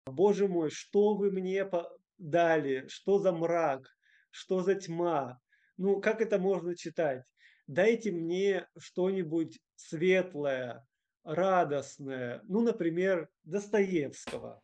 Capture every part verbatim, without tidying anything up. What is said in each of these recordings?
Боже мой, что вы мне по дали? Что за мрак? Что за тьма? Ну, как это можно читать? Дайте мне что-нибудь светлое, радостное. Ну, например, Достоевского.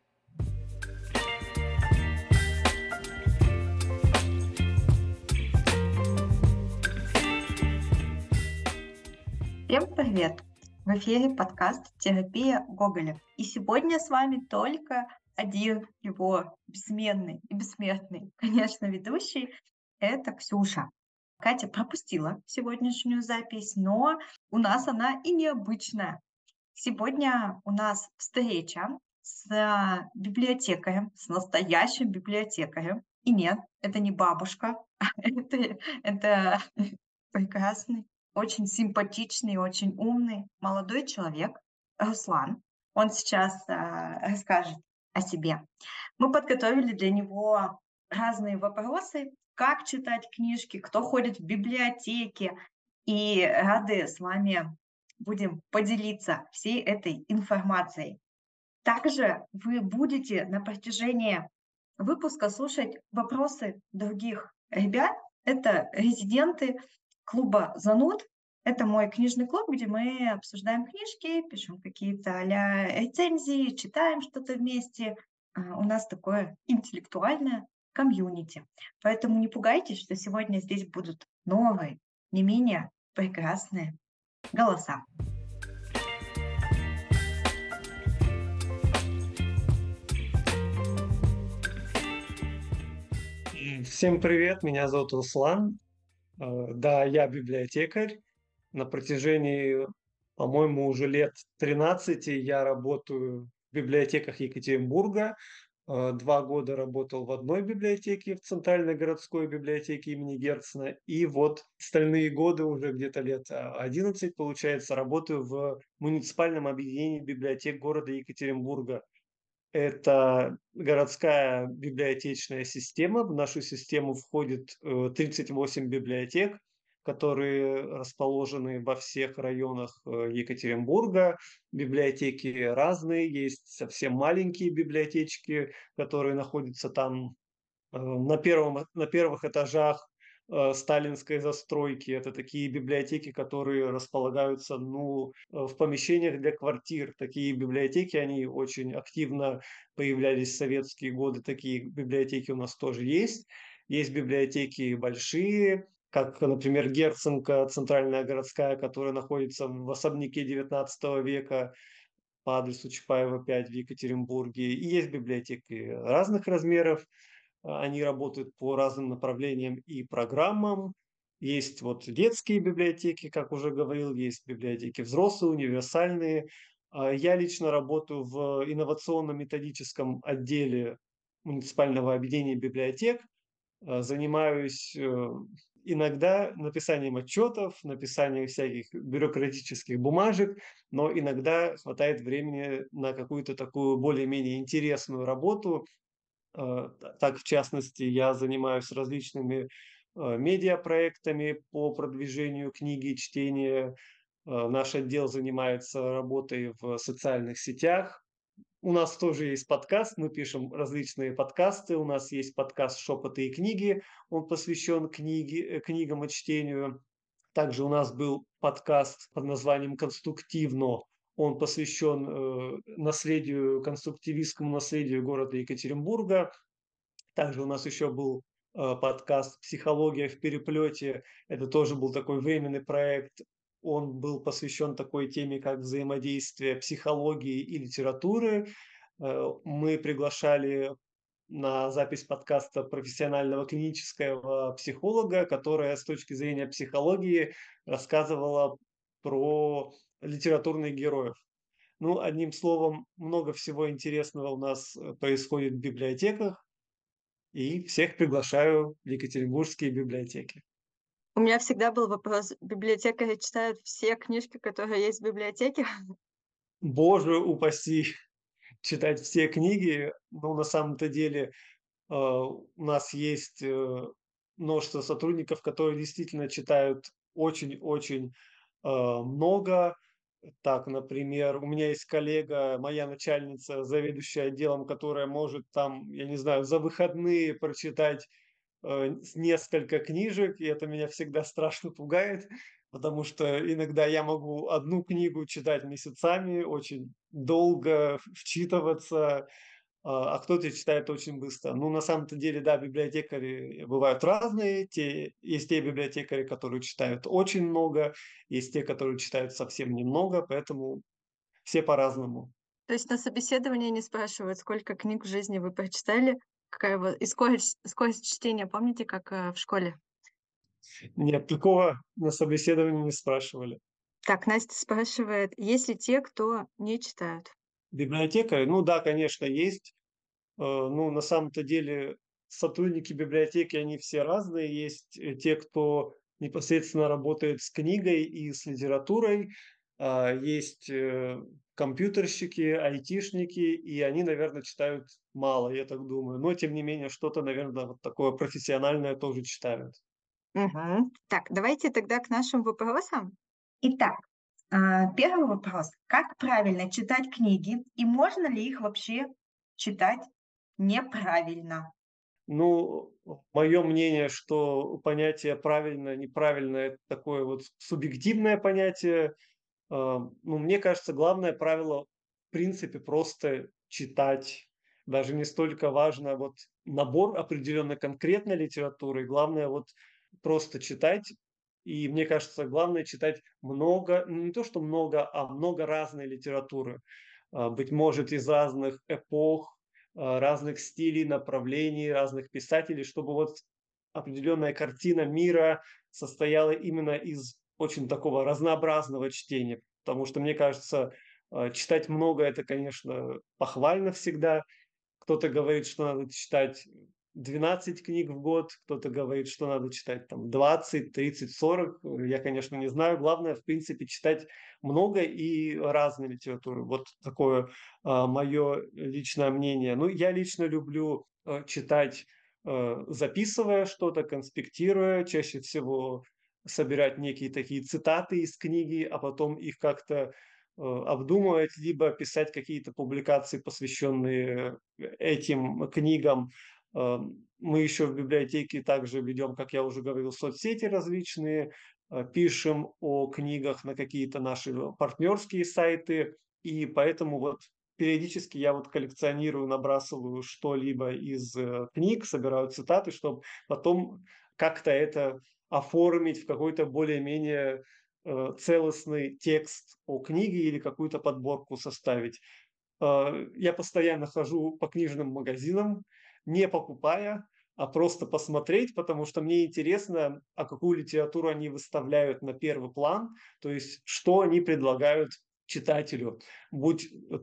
Всем привет! В эфире подкаст «Терапия Гоголя». И сегодня с вами только один его бессменный и бессмертный, конечно, ведущий– это Ксюша. Катя пропустила сегодняшнюю запись, но у нас она и необычная. Сегодня у нас встреча с а, библиотекарем, с настоящим библиотекарем. И нет, это не бабушка, это, это прекрасный, очень симпатичный, очень умный молодой человек Руслан. Он сейчас а, расскажет о себе. Мы подготовили для него разные вопросы, как читать книжки, кто ходит в библиотеки, и рады с вами будем поделиться всей этой информацией. Также вы будете на протяжении выпуска слушать вопросы других ребят. Это резиденты клуба «Зануд». Это мой книжный клуб, где мы обсуждаем книжки, пишем какие-то а-ля рецензии, читаем что-то вместе. А, У нас такое интеллектуальное комьюнити. Поэтому не пугайтесь, что сегодня здесь будут новые, не менее прекрасные голоса. Всем привет, меня зовут Руслан. Э, Да, я библиотекарь. На протяжении, по-моему, уже лет тринадцати я работаю в библиотеках Екатеринбурга. Э, Два года работал в одной библиотеке, в Центральной городской библиотеке имени Герцена. И вот остальные годы, уже где-то лет а, одиннадцать, получается, работаю в муниципальном объединении библиотек города Екатеринбурга. Это городская библиотечная система. В нашу систему входит э, тридцать восемь библиотек, которые расположены во всех районах э, Екатеринбурга. Библиотеки разные, есть совсем маленькие библиотечки, которые находятся там Э, на первом на первых этажах, э, сталинской застройки. Это такие библиотеки, которые располагаются, ну, э, в помещениях для квартир. Такие библиотеки, они очень активно появлялись в советские годы. Такие библиотеки у нас тоже есть. Есть библиотеки большие, как, например, Герценка, центральная городская, которая находится в особняке девятнадцатого века по адресу Чапаева пять в Екатеринбурге. И есть библиотеки разных размеров. А, Они работают по разным направлениям и программам. Есть вот детские библиотеки, как уже говорил, есть библиотеки взрослые, универсальные. А Я лично работаю в инновационно-методическом отделе муниципального объединения библиотек. Э, Занимаюсь э, иногда написанием отчетов, написанием всяких бюрократических бумажек, но иногда хватает времени на какую-то такую более-менее интересную работу. Э, Так, в частности, я занимаюсь различными э, медиапроектами по продвижению книги, чтения. Э, Наш отдел занимается работой в социальных сетях. У нас тоже есть подкаст, мы пишем различные подкасты. У нас есть подкаст «Шепоты и книги», он посвящен книге, э, книгам и чтению. Также у нас был подкаст под названием «Конструктивно». Он посвящен э, наследию, конструктивистскому наследию города Екатеринбурга. Также у нас еще был э, подкаст «Психология в переплете». Это тоже был такой временный проект. Он был посвящен такой теме, как взаимодействие психологии и литературы. Э, Мы приглашали на запись подкаста профессионального клинического психолога, которая с точки зрения психологии рассказывала про литературных героев. Ну, одним словом, много всего интересного у нас э, происходит в библиотеках. И всех приглашаю в екатеринбургские библиотеки. У меня всегда был вопрос: библиотекари читают все книжки, которые есть в библиотеке? Боже упаси читать все книги. Ну, на самом-то деле, э, у нас есть э, множество сотрудников, которые действительно читают очень-очень э, много. Так, например, у меня есть коллега, моя начальница, заведующая отделом, которая может там, я не знаю, за выходные прочитать э, с несколько книжек, и это меня всегда страшно пугает, потому что иногда я могу одну книгу читать месяцами, очень долго вчитываться, а а кто-то читает очень быстро. Ну, на самом-то деле, да, библиотекари бывают разные. Те, есть те библиотекари, которые читают очень много, есть те, которые читают совсем немного, поэтому все по-разному. То есть на собеседовании не спрашивают, сколько книг в жизни вы прочитали, какая вот и скорость скорость чтения, помните, как, э, в школе? Нет, такого на собеседовании не спрашивали. Так, Настя спрашивает, есть ли те, кто не читают? Библиотекари, ну да, конечно, есть. Э, ну, на самом-то деле сотрудники библиотеки, они все разные. Есть э, те, кто непосредственно работает с книгой и с литературой, а, есть э, компьютерщики, айтишники, и они, наверное, читают мало, я так думаю. Но, тем не менее, что-то, наверное, вот такое профессиональное тоже читают. Мгм. Так, давайте тогда к нашим вопросам. Итак, а, первый вопрос. Как правильно читать книги и можно ли их вообще читать неправильно? Ну, мое мнение, что понятие правильно, неправильно, это такое вот субъективное понятие. А, ну, мне кажется, главное правило, в принципе, просто читать. Даже не столько важно вот набор определенной конкретной литературы, главное вот просто читать. И мне кажется, главное читать много, ну, не то что много, а много разной литературы. А, Быть может, из разных эпох, а, разных стилей, направлений, разных писателей, чтобы вот определенная картина мира состояла именно из очень такого разнообразного чтения. Потому что, мне кажется, э, читать много- это, конечно, похвально всегда. Кто-то говорит, что надо читать двенадцать книг в год, кто-то говорит, что надо читать там двадцать, тридцать, сорок. Э, Я, конечно, не знаю. Главное, в принципе, читать много и разной литературы. Вот такое мое личное мнение. Ну, я лично люблю э, читать, э, записывая что-то, конспектируя, чаще всего собирать некие такие цитаты из книги, а потом их как-то э, обдумывать, либо писать какие-то публикации, посвященные этим книгам. Э, Мы еще в библиотеке также ведем, как я уже говорил, соцсети различные, э, пишем о книгах на какие-то наши партнерские сайты, и поэтому вот периодически я вот коллекционирую, набрасываю что-либо из э, книг, собираю цитаты, чтобы потом как-то это оформить в какой-то более-менее э, целостный текст о книге или какую-то подборку составить. Э, Я постоянно хожу по книжным магазинам, не покупая, а просто посмотреть, потому что мне интересно, а какую литературу они выставляют на первый план, то есть что они предлагают читателю. Будь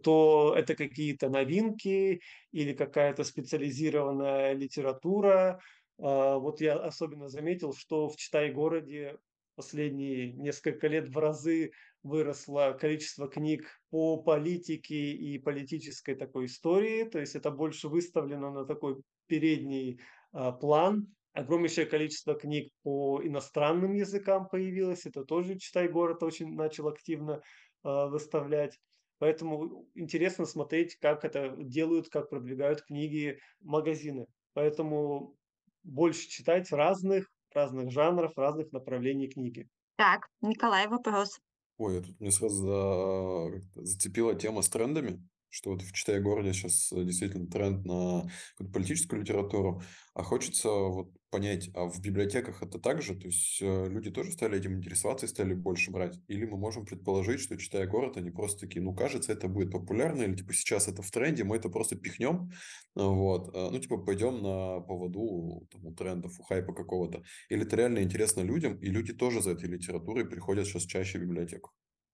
то это какие-то новинки или какая-то специализированная литература. А, Вот я особенно заметил, что в Читай-городе последние несколько лет в разы выросло количество книг по политике и политической такой истории. То есть это больше выставлено на такой передний а, план. Огромнейшее количество книг по иностранным языкам появилось. Это тоже «Читай город» очень начал активно а, выставлять. Поэтому интересно смотреть, как это делают, как продвигают книги магазины. Поэтому больше читать разных, разных жанров, разных направлений книги. Так, Николай, вопрос. Ой, я тут мне сразу за- как-то зацепила тема с трендами, что вот в «Читай городе» сейчас действительно тренд на какую-то политическую литературу, а хочется вот понять, а в библиотеках это так же? То есть э, люди тоже стали этим интересоваться и стали больше брать? Или мы можем предположить, что «Читай город», они просто такие, ну, кажется, это будет популярно, или типа сейчас это в тренде, мы это просто пихнем, вот, э, ну, типа пойдем на поводу там, у трендов, у хайпа какого-то. Или это реально интересно людям, и люди тоже за этой литературой приходят сейчас чаще в библиотеку.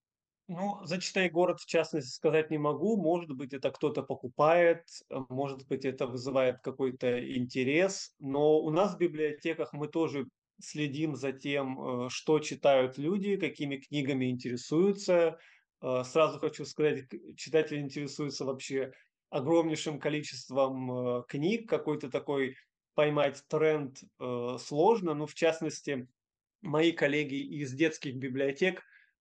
Ну, за «Читай город» в частности сказать не могу. Может быть, это кто-то покупает, э, может быть, это вызывает какой-то интерес. Но у нас в библиотеках мы тоже следим за тем, э, что читают люди, какими книгами интересуются. Э, Сразу хочу сказать, к- читатели интересуются вообще огромнейшим количеством э, книг. Какой-то такой поймать тренд э, сложно. Ну, в частности, мои коллеги из детских библиотек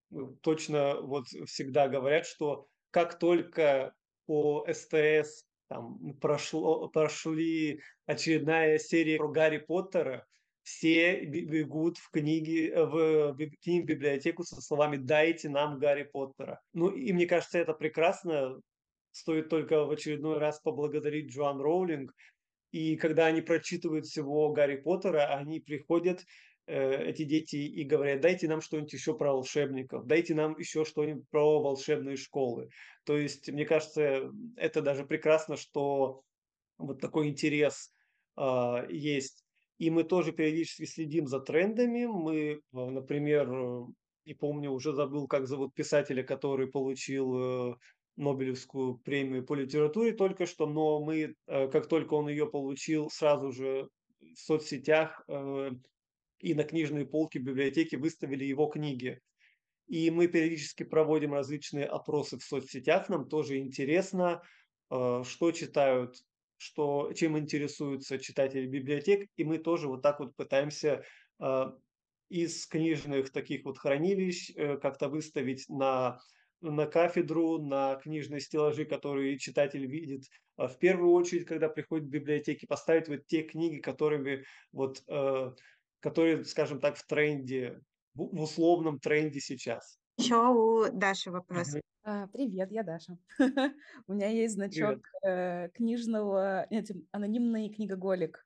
ну, точно вот всегда говорят, что как только по СТС там прошло, прошли очередная серия про Гарри Поттера, все бе- бегут в книги, э, в би- к ним в библиотеку со словами «Дайте нам Гарри Поттера». Ну и мне кажется, это прекрасно. Стоит только в очередной раз поблагодарить Джоан Роулинг, и когда они прочитывают всего Гарри Поттера, они приходят, э, эти дети, и говорят: «Дайте нам что-нибудь еще про волшебников, дайте нам еще что-нибудь про волшебные школы». То есть, мне кажется, это даже прекрасно, что вот такой интерес, а, есть. И мы тоже периодически следим за трендами. Мы, а, например, э, не помню, уже забыл, как зовут писателя, который получил, э, Нобелевскую премию по литературе только что, но мы, э, как только он ее получил, сразу же в соцсетях, э, и на книжные полки в библиотеке выставили его книги. И мы периодически проводим различные опросы в соцсетях. Нам тоже интересно, э, что читают, что, чем интересуются читатели библиотек. И мы тоже вот так вот пытаемся э, из книжных таких вот хранилищ э, как-то выставить на, на кафедру, на книжные стеллажи, которые читатель видит. А в первую очередь, когда приходит в библиотеки, поставить вот те книги, которыми вот, э, которые, скажем так, в тренде, в в условном тренде сейчас. Еще у Даши вопрос. Мгм. А, Привет, я Даша. У меня есть значок Привет. э, книжного, нет, анонимный книгоголик.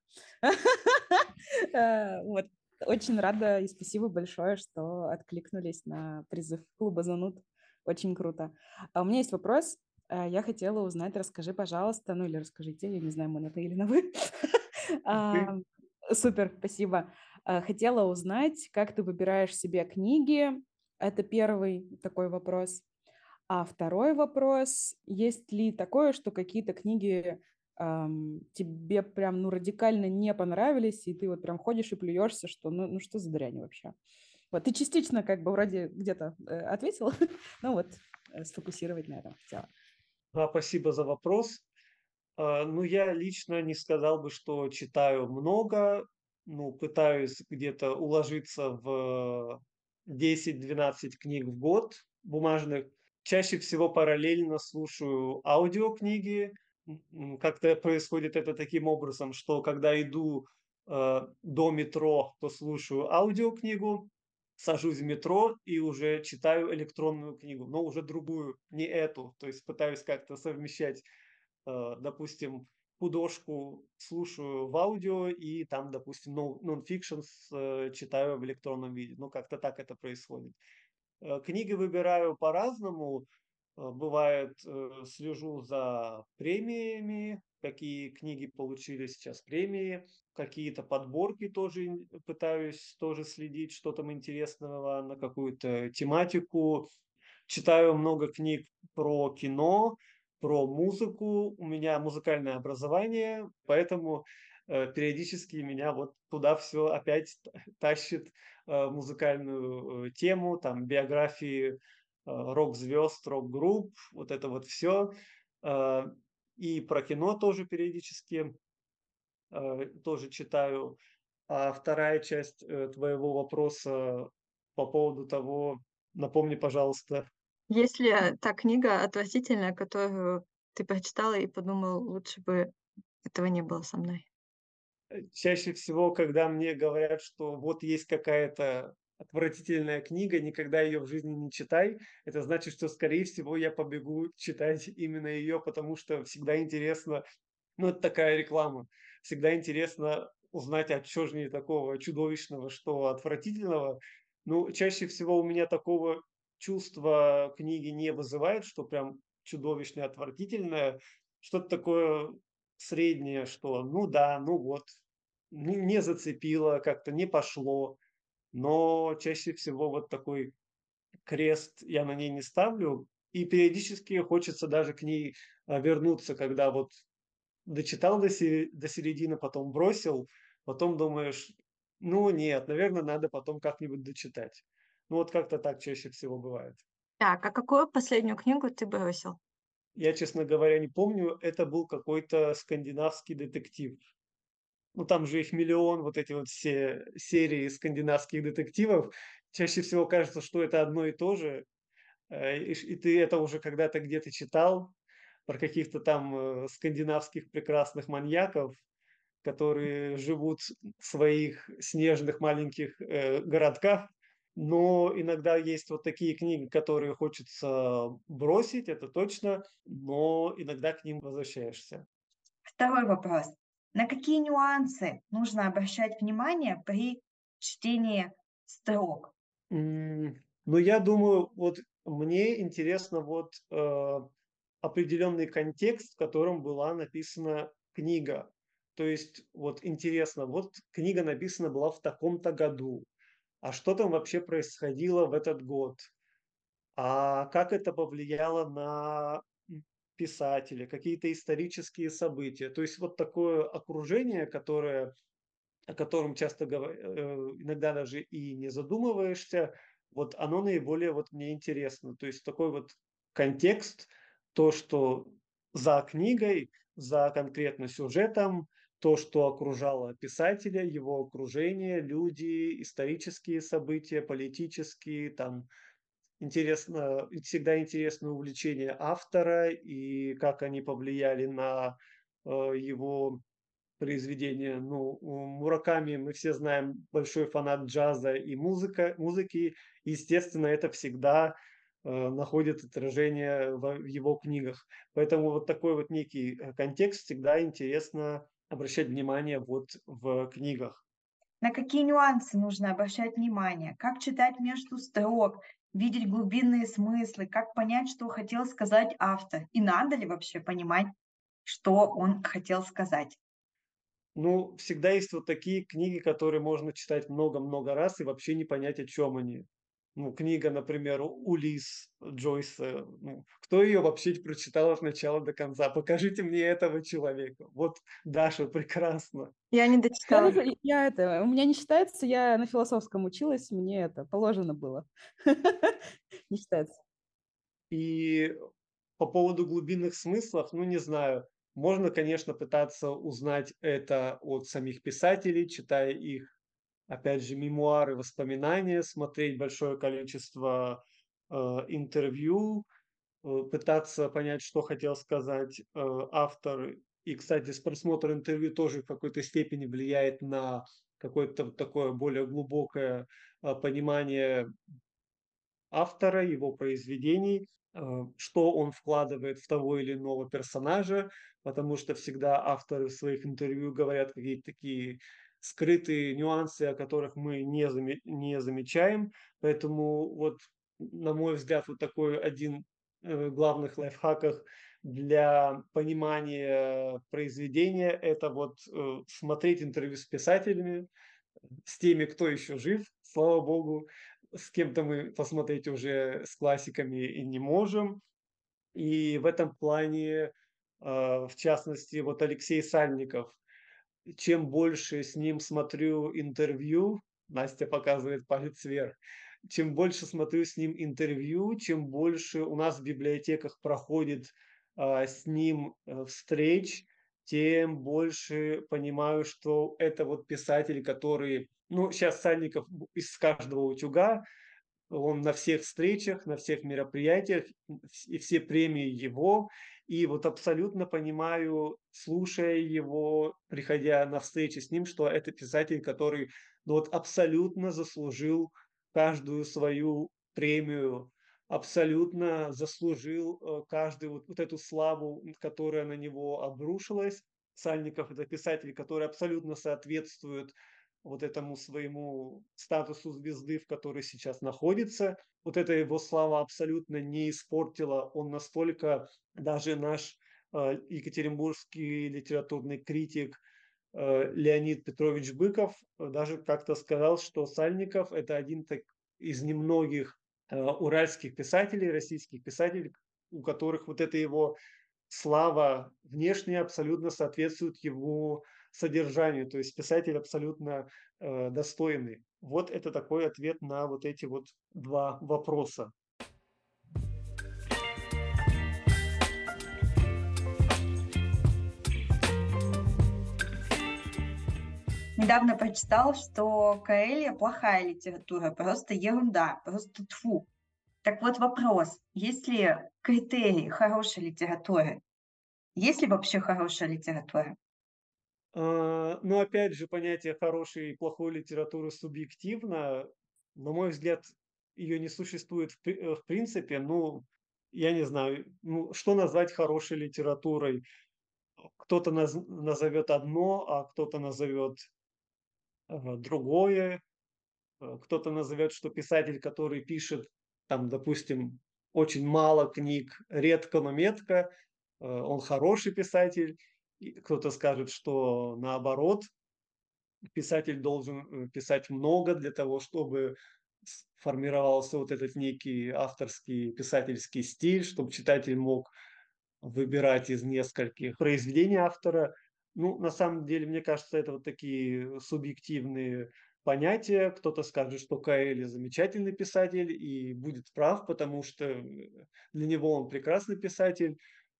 Э, Вот, очень рада и спасибо большое, что откликнулись на призыв клуба «Зануд». Очень круто. А у меня есть вопрос. Э, Я хотела узнать, расскажи, пожалуйста, ну или расскажите, я не знаю, мы на «ты» или на «вы». Ты? А, Супер, спасибо. А, Хотела узнать, как ты выбираешь себе книги. Это первый такой вопрос. А второй вопрос, есть ли такое, что какие-то книги ам, тебе прям ну радикально не понравились, и ты вот прям ходишь и плюешься, что ну, ну что за дрянь вообще? Вот, ты частично как бы вроде где-то э, ответила, ну вот э, сфокусировать на этом хотела. Да, спасибо за вопрос. А, ну, я лично не сказал бы, что читаю много. Ну, пытаюсь где-то уложиться в десять-двенадцать книг в год бумажных. Чаще всего параллельно слушаю аудиокниги. М, м, Как-то происходит это таким образом, что когда иду э, до метро, то слушаю аудиокнигу, сажусь в метро и уже читаю электронную книгу, но уже другую, не эту. То есть пытаюсь как-то совмещать, э, допустим, художку слушаю в аудио и там, допустим, нон- нон-фикшн с, э, читаю в электронном виде. Ну, как-то так это происходит. Э, Книги выбираю по-разному. Э, Бывает, э, слежу за премиями, какие книги получили сейчас премии, какие-то подборки тоже ин- пытаюсь тоже следить, что там интересного на какую-то тематику. Читаю много книг про кино, про музыку. У меня музыкальное образование, поэтому э, периодически меня вот туда все опять т- тащит, э, музыкальную э, тему, там биографии э, рок-звезд, рок-групп, вот это вот все. И про кино тоже периодически э, тоже читаю. А вторая часть э, твоего вопроса по поводу того, напомни, пожалуйста. Есть ли э, та книга отвратительная, которую ты прочитала и подумал, лучше бы этого не было со мной? Э, чаще всего, когда мне говорят, что вот есть какая-то отвратительная книга, никогда ее в жизни не читай, это значит, что, скорее всего, я побегу читать именно ее, потому что всегда интересно, ну, это такая реклама, всегда интересно узнать, а чё ж в ней такого чудовищного, что отвратительного. Ну, чаще всего у меня такого чувства книги не вызывает, что прям чудовищное, отвратительное. Что-то такое среднее, что ну да, ну вот, не не зацепило, как-то не пошло. Но чаще всего вот такой крест я на ней не ставлю. И периодически хочется даже к ней, а, вернуться, когда вот дочитал до се до середины, потом бросил, потом думаешь: «Ну нет, наверное, надо потом как-нибудь дочитать». Ну вот как-то так чаще всего бывает. Так, а какую последнюю книгу ты бросил? Я, честно говоря, не помню, это был какой-то скандинавский детектив. ну там же их миллион, вот эти вот все серии скандинавских детективов, чаще всего кажется, что это одно и то же, э, и, ш- и ты это уже когда-то где-то читал про каких-то там э, скандинавских прекрасных маньяков, которые живут в своих снежных маленьких э, городках. Но иногда есть вот такие книги, которые хочется бросить, это точно, но иногда к ним возвращаешься. Второй вопрос. На какие нюансы нужно обращать внимание при чтении строк? М, Ну, я думаю, вот мне интересно вот э, определенный контекст, в котором была написана книга. То есть вот интересно, вот книга написана была в таком-то году, а что там вообще происходило в этот год? А как это повлияло на м, писателя, какие-то исторические события? То есть вот такое окружение, которое, о котором часто гова- э, иногда даже и не задумываешься, вот оно наиболее вот мне интересно. То есть такой вот контекст, то, что за книгой, за конкретно сюжетом, то, что окружало писателя, его окружение, люди, исторические события, политические, там, интересно, и всегда интересно увлечение автора и как они повлияли на э, его произведения. Ну, у Мураками, мы все знаем, большой фанат джаза и музыка, музыки. Естественно, это всегда э, находит отражение в в его книгах. Поэтому вот такой вот некий э, контекст всегда интересно обращать внимание вот в книгах. На какие нюансы нужно обращать внимание? Как читать между строк? Видеть глубинные смыслы? Как понять, что хотел сказать автор? И надо ли вообще понимать, что он хотел сказать? Ну, всегда есть вот такие книги, которые можно читать много-много раз и вообще не понять, о чем они. Ну, книга, например, «Улисс» Джойса. Ну, кто ее вообще прочитал от начала до конца? Покажите мне этого человека. Вот Даша, прекрасно. Я не Я, дочитала. даже- я это, у меня не считается, я на философском училась, мне это положено было. Не считается. И по поводу глубинных смыслов, ну, не знаю, можно, конечно, пытаться узнать это от самих писателей, читая их, опять же, мемуары, воспоминания, смотреть большое количество э, интервью, э, пытаться понять, что хотел сказать э, автор. И, кстати, с просмотра интервью тоже в какой-то степени влияет на какое-то вот такое более глубокое э, понимание автора, его произведений, э, что он вкладывает в того или иного персонажа, потому что всегда авторы в своих интервью говорят какие-то такие скрытые нюансы, о которых мы не, заме- не замечаем. Поэтому вот, на мой взгляд, вот такой один э, главных лайфхаков для понимания произведения – это вот э, смотреть интервью с писателями, с теми, кто еще жив, слава богу. С кем-то мы посмотреть уже с классиками и не можем. И в этом плане, а, в частности, вот Алексей Сальников. Чем больше с ним смотрю интервью, Настя показывает палец вверх, чем больше смотрю с ним интервью, чем больше у нас в библиотеках проходит а, с ним э, встреч, тем больше понимаю, что это вот писатель, который, ну, сейчас Сальников из каждого утюга, он на всех встречах, на всех мероприятиях, и все премии его. И вот абсолютно понимаю, слушая его, приходя на встречи с ним, что это писатель, который ну, вот абсолютно заслужил каждую свою премию, абсолютно заслужил э, каждую вот, вот эту славу, которая на него обрушилась. Сальников – это писатель, который абсолютно соответствует вот этому своему статусу звезды, в которой сейчас находится. Вот эта его слава абсолютно не испортила. Он настолько, даже наш э, екатеринбургский литературный критик э, Леонид Петрович Быков э, даже как-то сказал, что Сальников – это один так, из немногих э, уральских писателей, российских писателей, у которых вот это его слава внешне абсолютно соответствует его содержанию, то есть писатель абсолютно э, достойный. Вот это такой ответ на вот эти вот два вопроса. недавно прочитал, что Коэльо плохая литература, просто ерунда, просто тьфу. Так вот вопрос, есть ли критерии хорошей литературы? Есть ли вообще хорошая литература? А, ну, опять же, понятие хорошей и плохой литературы субъективно. На мой взгляд, ее не существует в, при- э, в принципе. Ну, я не знаю, ну, что назвать хорошей литературой. Кто-то наз- назовет одно, а кто-то назовет э, другое. Э, Кто-то назовет, что писатель, который пишет, там, допустим, очень мало книг, редко, но метко, э, он хороший писатель. И кто-то скажет, что наоборот, писатель должен э, писать много для того, чтобы формировался вот этот некий авторский писательский стиль, чтобы читатель мог выбирать из нескольких произведений автора. Ну, на самом деле, мне кажется, это вот такие субъективные понятия. Кто-то скажет, что Каэли замечательный писатель и будет прав, потому что э, для него он прекрасный писатель,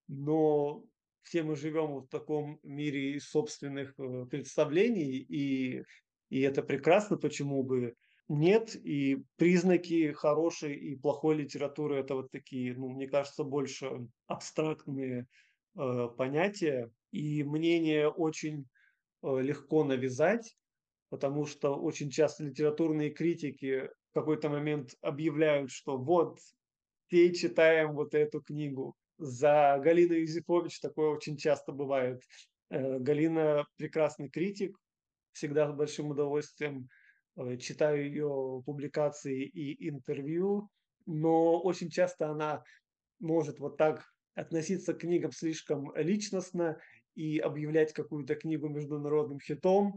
но все мы живем в таком мире из собственных э, представлений, и, и это прекрасно, почему бы нет. И признаки хорошей и плохой литературы – это вот такие, ну, мне кажется, больше абстрактные э, понятия, и мнение очень э, легко навязать, потому что очень часто литературные критики в какой-то момент объявляют, что вот все читаем вот эту книгу. За Галиной Юзефович такое очень часто бывает. Э, Галина прекрасный критик, всегда с большим удовольствием э, читаю ее публикации и интервью, но очень часто она может вот так относиться к книгам слишком личностно и объявлять какую-то книгу международным хитом,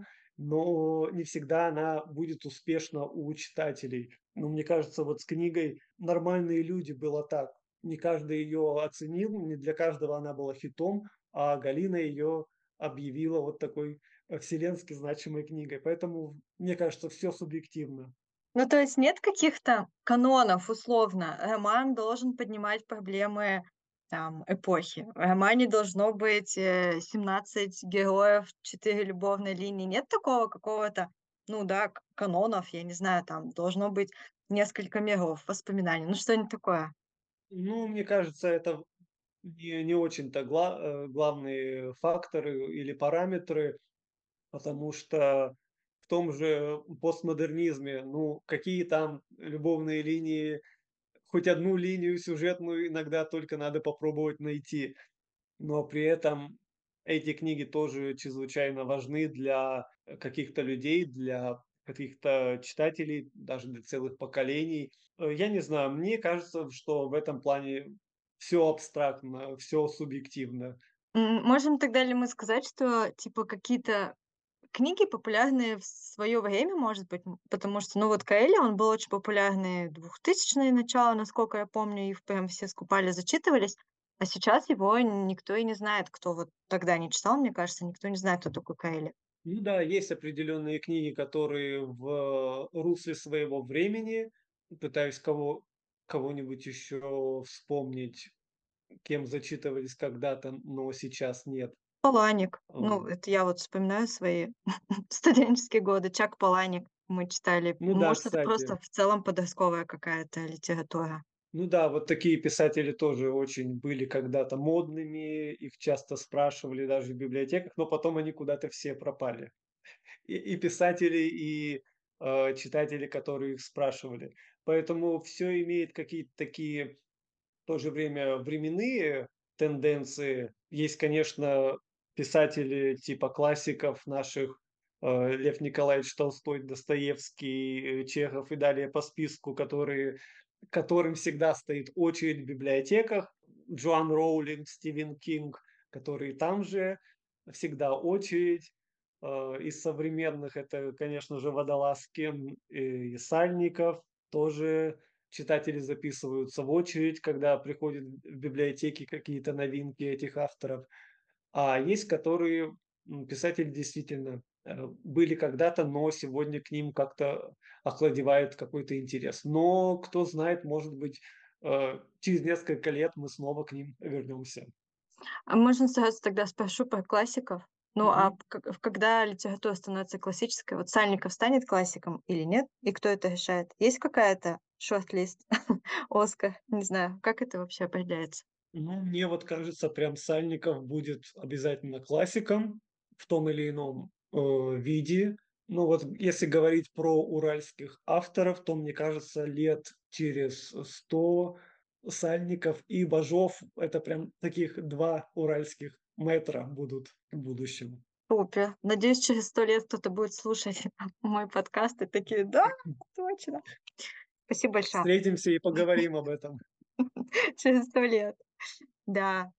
но не всегда она будет успешна у читателей. Но мне кажется, вот с книгой «Нормальные люди» было так. Не каждый ее оценил, не для каждого она была хитом, а Галина ее объявила вот такой э, вселенски значимой книгой. Поэтому, мне кажется, все субъективно. Ну, то есть нет каких-то канонов, условно. Роман должен поднимать проблемы там, эпохи. В романе должно быть э, семнадцать героев, четыре любовные линии. Нет такого какого-то, ну да, к- канонов, я не знаю, там должно быть несколько миров, воспоминаний, ну что-нибудь такое. Ну, мне кажется, это не, не очень-то гла- э, главные факторы или параметры, потому что в том же постмодернизме, ну, какие там любовные линии, хоть одну линию сюжетную иногда только надо попробовать найти, но при этом эти книги тоже чрезвычайно важны для э, каких-то людей, для каких-то читателей, даже для целых поколений. Э, Я не знаю, мне кажется, что в этом плане все абстрактно, все субъективно. М, Можем тогда ли мы сказать, что типа какие-то книги популярные в свое время, может быть, м, потому что, ну, вот Коэльо, он был очень популярный двухтысячные начало, насколько я помню, их прям все скупали, зачитывались, а сейчас его никто и не знает, кто вот тогда не читал, мне кажется, никто не знает, кто такой Коэльо. Ну да, есть определенные книги, которые в русле своего времени. Пытаюсь кого кого-нибудь еще вспомнить, кем зачитывались когда-то, но сейчас нет. Паланик, ну, Ам, это я вот вспоминаю свои студенческие годы, Чак Паланик мы читали. ну да, Может, это кстати. просто в целом подростковая какая-то литература. Ну да, вот такие писатели тоже очень были когда-то модными, их часто спрашивали даже в библиотеках, но потом они куда-то все пропали. И, и писатели, и э, читатели, которые их спрашивали. Поэтому все имеет какие-то такие в то же время временные тенденции. Есть, конечно, писатели типа классиков наших, э, Лев Николаевич Толстой, Достоевский, э, Чехов и далее по списку, которые, которым всегда стоит очередь в библиотеках. Джоан Роулинг, Стивен Кинг, которые там же, всегда очередь. Э, Из современных это, конечно же, Водолазкин и Сальников, тоже читатели записываются в очередь, когда приходят в библиотеки какие-то новинки этих авторов. А есть, которые м, писатели действительно э, были когда-то, но сегодня к ним как-то охладевает какой-то интерес. Но кто знает, может быть, э, через несколько лет мы снова к ним вернемся. А можно сразу тогда спрошу про классиков? Ну, а Мгм. к- когда литература становится классической, вот Сальников станет классиком или нет? И кто это решает? Есть какая-то шорт-лист, Оскар? Не знаю, как это вообще определяется? Ну, мне вот кажется, прям Сальников будет обязательно классиком в том или ином э, виде. Ну вот если говорить про уральских авторов, то мне кажется, лет через сто Сальников и Бажов — это прям таких два уральских метра будут в будущем. Супер. Надеюсь, через сто лет кто-то будет слушать мой подкаст и такие, да, точно. Спасибо большое. Встретимся и поговорим об этом. Через сто лет. Да.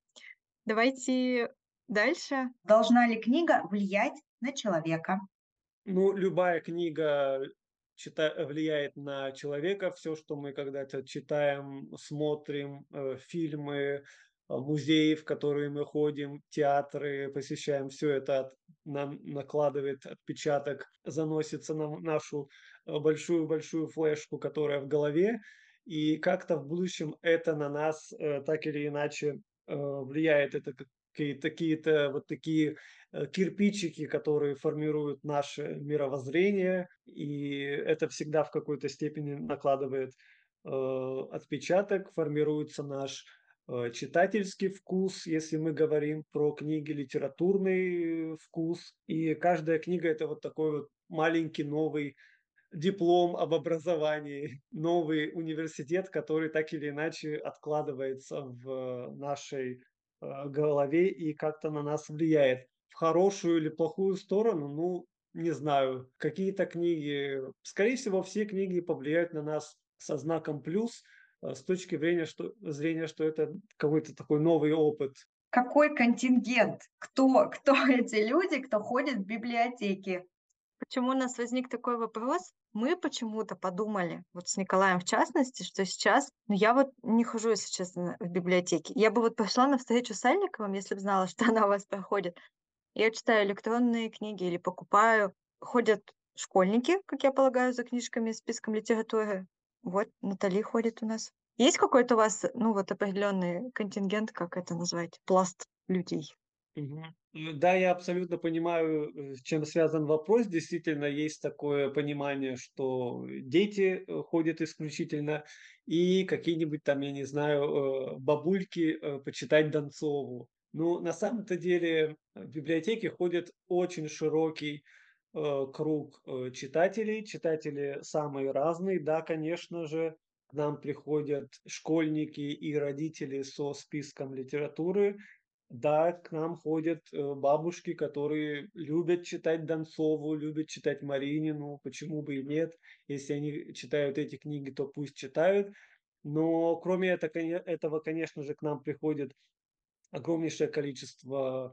Давайте дальше. Должна ли книга влиять на человека? Ну, любая книга чита влияет на человека. Все, что мы когда-то читаем, смотрим, э, фильмы, а, музеи, в которые мы ходим, театры посещаем, все это от нам накладывает отпечаток, заносится на нашу, э, большую-большую флешку, которая в голове. И как-то в будущем это на нас, э, так или иначе, э, влияет. Это какие-то какие-то вот такие э, кирпичики, которые формируют наше мировоззрение, и это всегда в какой-то степени накладывает э, отпечаток, формируется наш э, читательский вкус, если мы говорим про книги, литературный вкус. И каждая книга — это вот такой вот маленький новый диплом об образовании, новый университет, который так или иначе откладывается в нашей э, голове и как-то на нас влияет. В хорошую или плохую сторону, ну, не знаю. Какие-то книги, скорее всего, все книги повлияют на нас со знаком плюс, э, с точки зрения, что, зрения, что это какой-то такой новый опыт. Какой контингент? Кто, кто эти люди, кто ходит в библиотеки? Почему у нас возник такой вопрос? Мы почему-то подумали, вот с Николаем в частности, что сейчас, ну я вот не хожу, если честно, в библиотеки. Я бы вот пошла на встречу с Сальниковым, если бы знала, что она у вас проходит. Я читаю электронные книги или покупаю. Ходят школьники, как я полагаю, за книжками, списком литературы. Вот Натали ходит у нас. Есть какой-то у вас, ну вот определенный контингент, как это назвать, пласт людей? Мгм. Э, Да, я абсолютно понимаю, э, с чем связан вопрос. Действительно, есть такое понимание, что дети э, ходят исключительно, и какие-нибудь там, я не знаю, э, бабульки э, почитать Донцову. Ну, на самом-то деле э, в библиотеке ходит очень широкий э, круг э, читателей. Читатели самые разные. Да, конечно же, к нам приходят школьники и родители со списком литературы. Да, к нам ходят, э, бабушки, которые любят читать Донцову, любят читать Маринину, почему бы и нет. Если они читают эти книги, то пусть читают. Но кроме это коне этого, конечно же, к нам приходит огромнейшее количество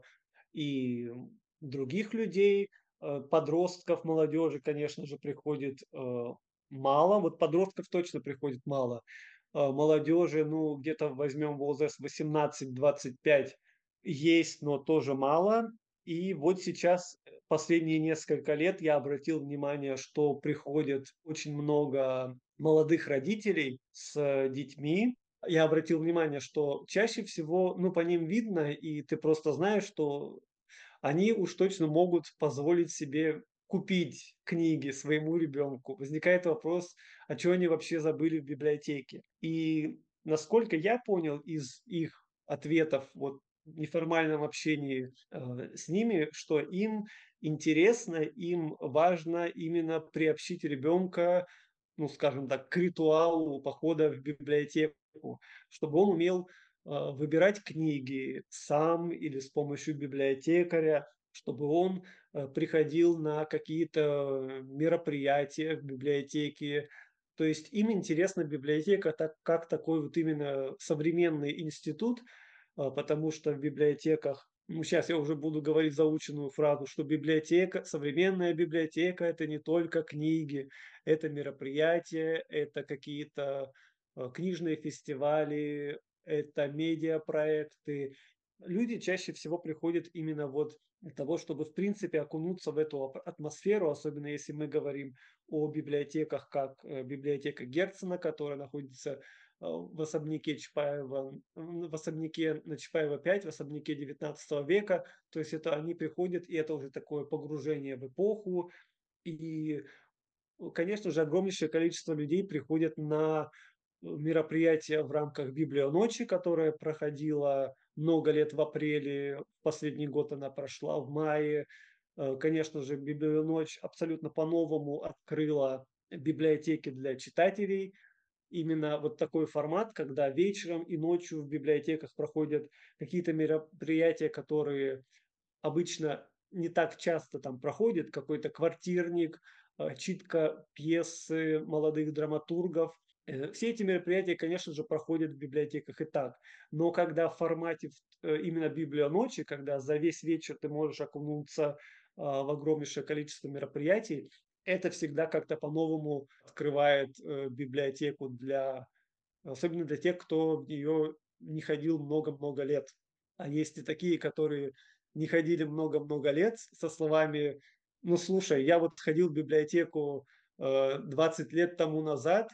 и других людей, э, подростков, молодежи, конечно же, приходит, э, мало. Вот подростков точно приходит мало. А, молодежи, ну, где-то возьмем возраст восемнадцать двадцать пять, есть, но тоже мало. И вот сейчас, э, последние несколько лет я обратил внимание, что приходит очень много молодых родителей с э, детьми. Я обратил внимание, что чаще всего, ну, по ним видно, и ты просто знаешь, что они уж точно могут позволить себе купить книги своему ребенку. Возникает вопрос, а чё они вообще забыли в библиотеке? И насколько я понял из их ответов вот в неформальном общении, э, с ними, что им интересно, им важно именно приобщить ребенка, ну, скажем так, к ритуалу похода в библиотеку, чтобы он умел а, выбирать книги сам или с помощью библиотекаря, чтобы он э, приходил на какие-то мероприятия в библиотеке. То есть им интересна библиотека так, как такой вот именно современный институт, а, потому что в библиотеках, ну сейчас я уже буду говорить заученную фразу, что библиотека, современная библиотека — это не только книги, это мероприятия, это какие-то а, книжные фестивали, это медиапроекты. Люди чаще всего приходят именно вот для того, чтобы в принципе окунуться в эту ап- атмосферу, особенно если мы говорим о библиотеках, как э, библиотека Герцена, которая находится в особняке Чапаева, в особняке на Чапаева пять, в особняке девятнадцатого века. То есть это они приходят, и это уже такое погружение в эпоху. И, конечно же, огромнейшее количество людей приходят на мероприятие в рамках Библионочи, которая проходила много лет в апреле. В последний год она прошла в мае. Э, Конечно же, Библионочь абсолютно по-новому открыла библиотеки для читателей. Именно вот такой формат, когда вечером и ночью в библиотеках проходят какие-то мероприятия, которые обычно не так часто там проходит, какой-то квартирник, э, читка пьесы молодых драматургов. Э, Все эти мероприятия, конечно же, проходят в библиотеках и так. Но когда в формате э, именно библионочи, когда за весь вечер ты можешь окунуться а, в огромнейшее количество мероприятий, это всегда как-то по-новому открывает э, библиотеку для, особенно для тех, кто в нее не ходил много-много лет. А есть и такие, которые не ходили много-много лет со словами: ну слушай, я вот ходил в библиотеку э, двадцать лет тому назад,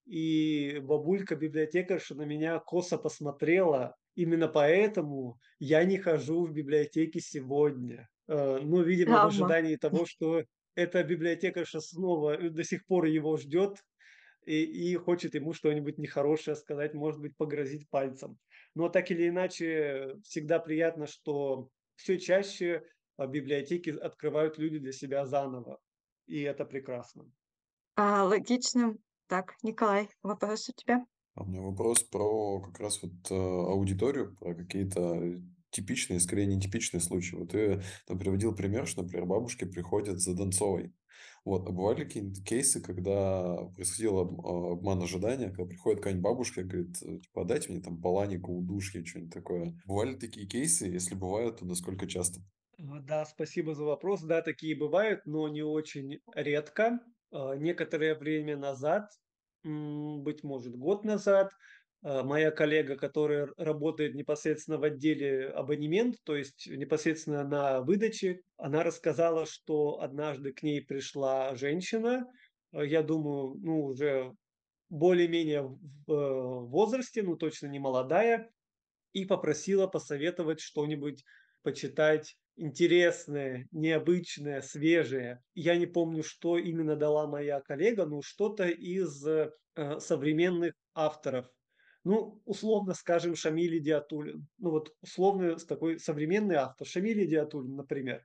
и бабулька-библиотекарша на меня косо посмотрела. Именно поэтому я не хожу в библиотеки сегодня. Э, Ну, видимо, в Травма. ожидании того, что эта библиотекарша снова э, до сих пор его ждет, и, и хочет ему что-нибудь нехорошее сказать, может быть, погрозить пальцем. Но так или иначе, всегда приятно, что все чаще а, библиотеки открывают люди для себя заново. И это прекрасно. А, логично. Так, Николай, вопрос у тебя? А у меня вопрос про как раз вот э, аудиторию, про какие-то типичные, скорее нетипичные случаи. Вот ты там приводил пример, что, например, бабушки приходят за Донцовой. Вот, а бывали какие-нибудь кейсы, когда происходил об- а, обман ожидания, когда приходит какая-нибудь бабушка и говорит, э, типа, дайте мне там баланика, удушья, что-нибудь такое. Бывали такие кейсы? Если бывают, то насколько часто? А, Да, спасибо за вопрос. Да, такие бывают, но не очень редко. А, Некоторое время назад, м, быть может, год назад, а, моя коллега, которая р- работает непосредственно в отделе абонемент, то есть непосредственно на выдаче, она рассказала, что однажды к ней пришла женщина, а, я думаю, ну, уже более-менее в в, э, возрасте, ну, точно не молодая, и попросила посоветовать что-нибудь почитать интересное, необычное, свежее. Я не помню, что именно дала моя коллега, но что-то из э, современных авторов. Ну, условно скажем, Шамиль Идиатуллин. Ну вот условно с такой современный автор, Шамиль Идиатуллин, например.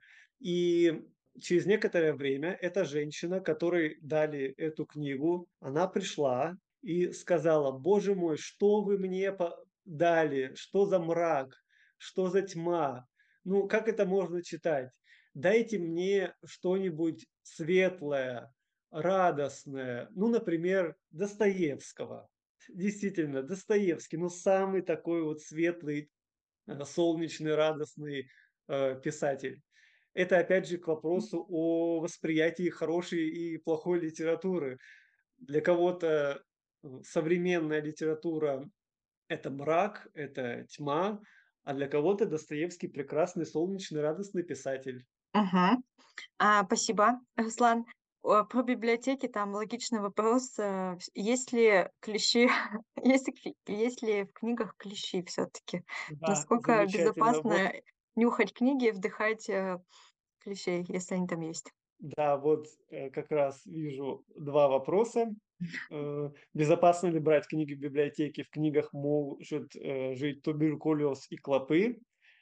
И через некоторое время эта женщина, которой дали эту книгу, она пришла и сказала: боже мой, что вы мне по- дали, что за мрак, что за тьма, ну как это можно читать? Дайте мне что-нибудь светлое, радостное, ну, например, Достоевского. Действительно, Достоевский, ну, самый такой вот светлый, э, солнечный, радостный э, писатель. Это опять же к вопросу о восприятии хорошей и плохой литературы. Для кого-то э, современная литература это мрак, это тьма, а для кого-то Достоевский прекрасный, солнечный, радостный писатель. Мгм. А, спасибо, Руслан. О, про библиотеки там логичный вопрос. э, вс- Есть ли клещи, есть ли, кли- есть ли в книгах клещи все-таки? Да, Насколько замечательно. Вот, безопасно нюхать книги и вдыхать э, клещей, если они там есть? да, вот э, как раз вижу два вопроса. Э, Безопасно ли брать книги в библиотеке? В книгах может э, жить туберкулез и клопы.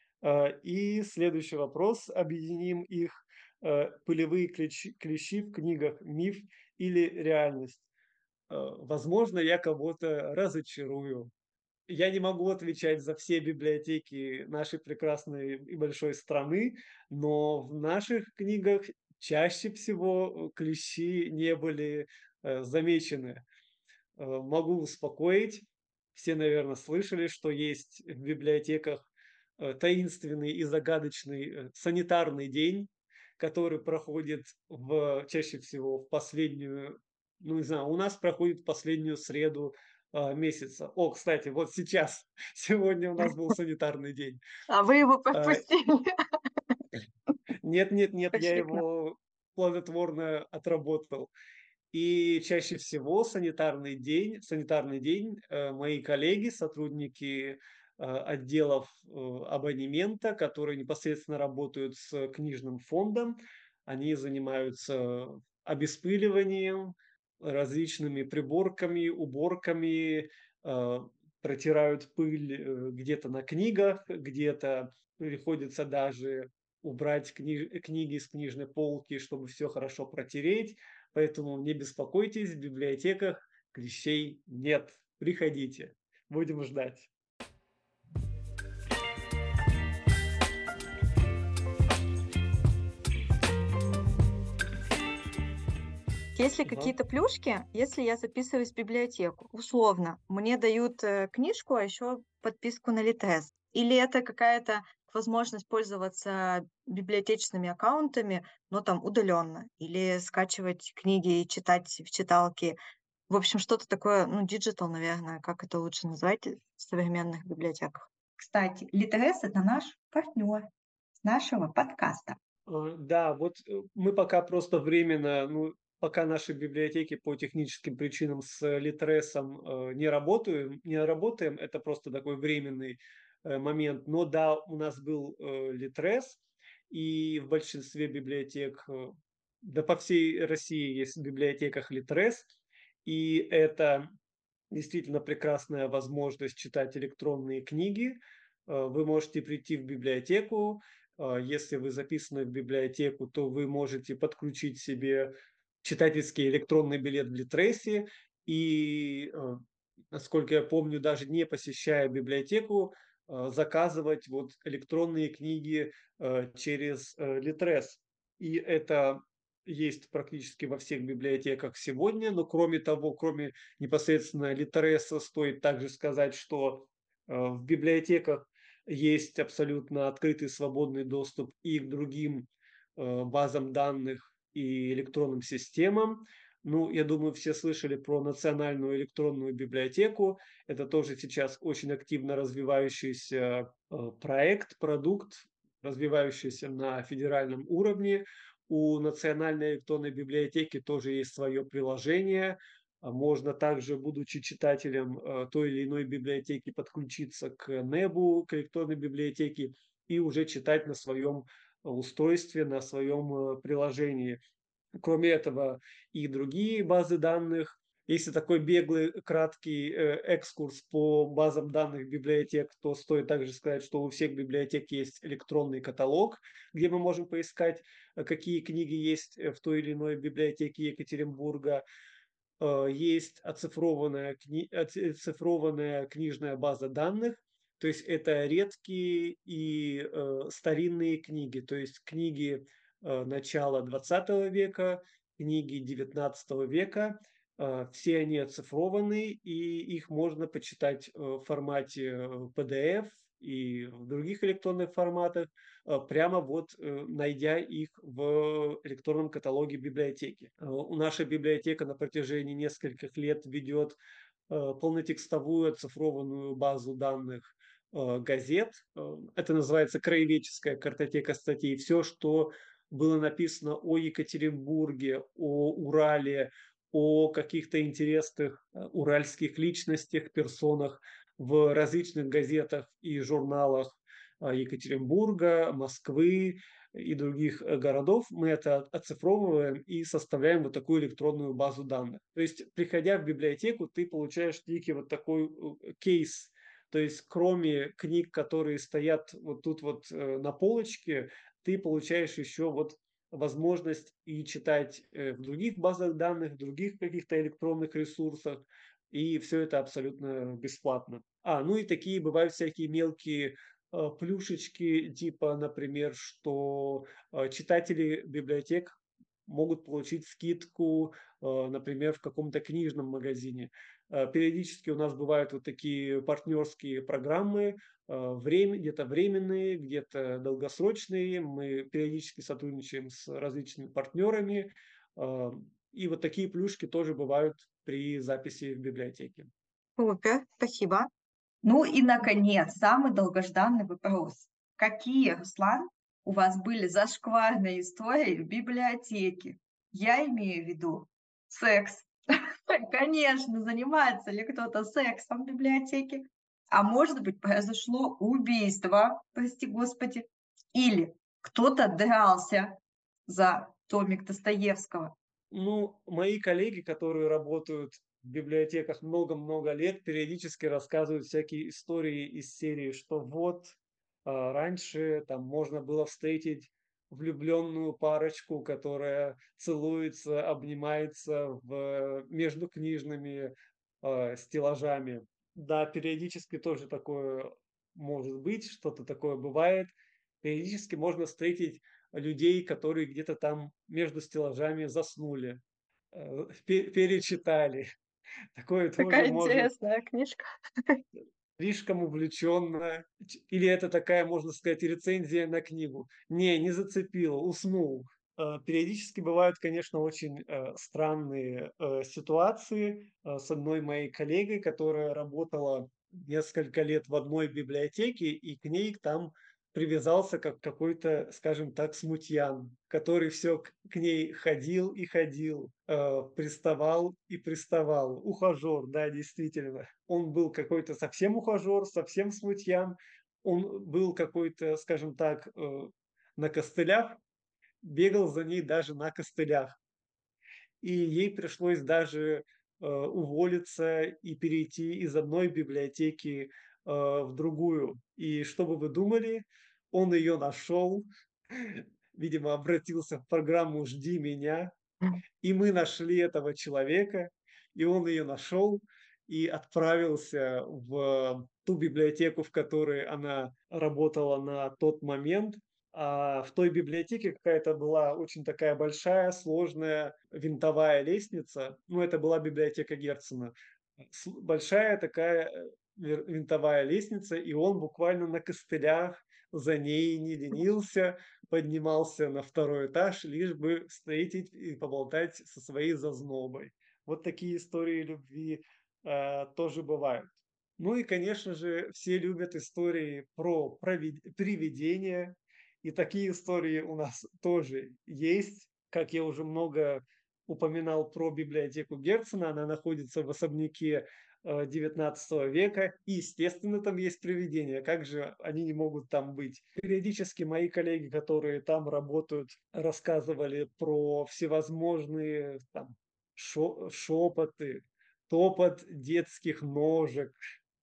Э, И следующий вопрос, объединим их. Э, Пылевые клещи, клещи в книгах — миф или реальность? Э, Возможно, я кого-то разочарую. Я не могу отвечать за все библиотеки нашей прекрасной и большой страны, но в наших книгах чаще всего э, клещи не были э, замечены. Э, Могу успокоить. Все, наверное, слышали, что есть в библиотеках э, таинственный и загадочный э, санитарный день, который проходит в, чаще всего в последнюю, ну не знаю, у нас проходит в последнюю среду а, месяца. О, кстати, вот сейчас, сегодня у нас был санитарный день. А вы его А, пропустили. Нет, нет, нет, я Пошли к нам. его плодотворно отработал. И чаще всего санитарный день, в санитарный день э, мои коллеги, сотрудники э, отделов э, абонемента, которые непосредственно работают с книжным фондом, они занимаются обеспыливанием, различными приборками, уборками, э, протирают пыль э, где-то на книгах, где-то приходится даже убрать кни- книги с книжной полки, чтобы все хорошо протереть. Поэтому не беспокойтесь, в библиотеках клещей нет. Приходите, будем ждать. Есть ли Ага. какие-то плюшки, если я записываюсь в библиотеку? Условно, мне дают э, книжку, а еще подписку на Литрес. Или это какая-то возможность пользоваться библиотечными аккаунтами, но там удаленно. Или скачивать книги и читать в читалке. В общем, что-то такое, ну, диджитал, наверное, как это лучше назвать в современных библиотеках. Кстати, Литрес — это наш партнер нашего подкаста. Э, Да, вот э, мы пока просто временно, ну, пока наши библиотеки по техническим причинам с Литресом э, не работаем, не работаем, это просто такой временный э, момент. Но да, у нас был э, Литрес, и в большинстве библиотек, э, да по всей России есть в библиотеках Литрес, и это действительно прекрасная возможность читать электронные книги. Э, Вы можете прийти в библиотеку. э, Если вы записаны в библиотеку, то вы можете подключить себе читательский электронный билет в Литресе. И, э, насколько я помню, даже не посещая библиотеку, э, заказывать вот электронные книги э, через э, Литрес. И это есть практически во всех библиотеках сегодня. Но кроме того, кроме непосредственно Литреса, стоит также сказать, что э, в библиотеках есть абсолютно открытый свободный доступ и к другим э, базам данных и электронным системам. Ну, я думаю, все слышали про национальную электронную библиотеку. Это тоже сейчас очень активно развивающийся э, проект, продукт, развивающийся на федеральном уровне. У национальной электронной библиотеки тоже есть свое приложение. А Можно также, будучи читателем э, той или иной библиотеки, подключиться к Небу, к электронной библиотеке, и уже читать на своем устройстве, на своем э, приложении. Кроме этого, и другие базы данных. Если такой беглый, краткий э, экскурс по базам данных библиотек, то стоит также сказать, что у всех библиотек есть электронный каталог, где мы можем поискать, э, какие книги есть э, в той или иной библиотеке Екатеринбурга. Э, Есть оцифрованная, кни... оцифрованная книжная база данных, то есть это редкие и э, старинные книги, то есть книги э, начала двадцатого века, книги девятнадцатого века. Э, все они оцифрованы, и их можно почитать э, в формате э, пи ди эф и в других электронных форматах, э, прямо вот э, найдя их в электронном каталоге библиотеки. Э, У Наша библиотека на протяжении нескольких лет ведет э, полнотекстовую оцифрованную базу данных э, газет. Э, Это называется краеведческая картотека статей. Все, что было написано о Екатеринбурге, о Урале, о каких-то интересных э, уральских личностях, персонах в различных газетах и журналах э, Екатеринбурга, Москвы и других э, городов, мы это оцифровываем и составляем вот такую электронную базу данных. То есть, приходя в библиотеку, ты получаешь некий вот такой э, кейс. То есть, кроме книг, которые стоят вот тут вот э, на полочке, ты получаешь еще вот возможность и читать э, в других базах данных, в других каких-то электронных ресурсах, и все это абсолютно бесплатно. А, ну и такие бывают всякие мелкие э, плюшечки, типа, например, что э, читатели библиотек могут получить скидку, э, например, в каком-то книжном магазине. Э, Периодически у нас бывают вот такие партнерские программы, э, время, где-то временные, где-то долгосрочные. Мы периодически сотрудничаем с различными партнерами. э, И вот такие плюшки тоже бывают при записи в библиотеке. Супер, спасибо. Ну и, наконец, самый долгожданный вопрос. Какие, Руслан, у вас были зашкварные истории в библиотеке? Я имею в виду секс. Конечно, занимается ли кто-то сексом в библиотеке? А может быть, произошло убийство, прости господи, или кто-то дрался за томик Достоевского. Ну, мои коллеги, которые работают в библиотеках много-много лет, периодически рассказывают всякие истории из серии, что вот а, раньше там можно было встретить влюбленную парочку, которая целуется, обнимается в, между книжными а, стеллажами. Да, периодически тоже такое может быть, что-то такое бывает. Периодически можно встретить людей, которые где-то там между стеллажами заснули, э, пе- перечитали. Такое тоже Какая можно. интересная книжка. Слишком увлеченно. Ч- Или это такая, можно сказать, рецензия на книгу. Не, не зацепило, уснул. Э, Периодически бывают, конечно, очень э, странные э, ситуации. Э, С одной моей коллегой, которая работала несколько лет в одной библиотеке, и к ней там привязался как какой-то, скажем так, смутьян, который все к, к ней ходил и ходил, э, приставал и приставал. Ухажер, да, действительно. Он был какой-то совсем ухажер, совсем смутьян. Он был какой-то, скажем так, э, на костылях, бегал за ней даже на костылях. И ей пришлось даже э, уволиться и перейти из одной библиотеки э, в другую. И что бы вы думали, он ее нашел, видимо, обратился в программу «Жди меня», и мы нашли этого человека, и он ее нашел и отправился в ту библиотеку, в которой она работала на тот момент. А в той библиотеке какая-то была очень такая большая, сложная винтовая лестница. Ну, это была библиотека Герцена. С- Большая такая э, вер- винтовая лестница, и он буквально на костылях за ней не ленился, поднимался на второй этаж, лишь бы встретить и поболтать со своей зазнобой. Вот такие истории любви э, тоже бывают. Ну и, конечно же, все любят истории про провид- привидения, и такие истории у нас тоже есть. Как я уже много упоминал про библиотеку Герцена, она находится в особняке э, девятнадцатого века, и, естественно, там есть привидения. Как же они не могут там быть? Периодически мои коллеги, которые там работают, рассказывали про всевозможные там шо- шепоты, топот детских ножек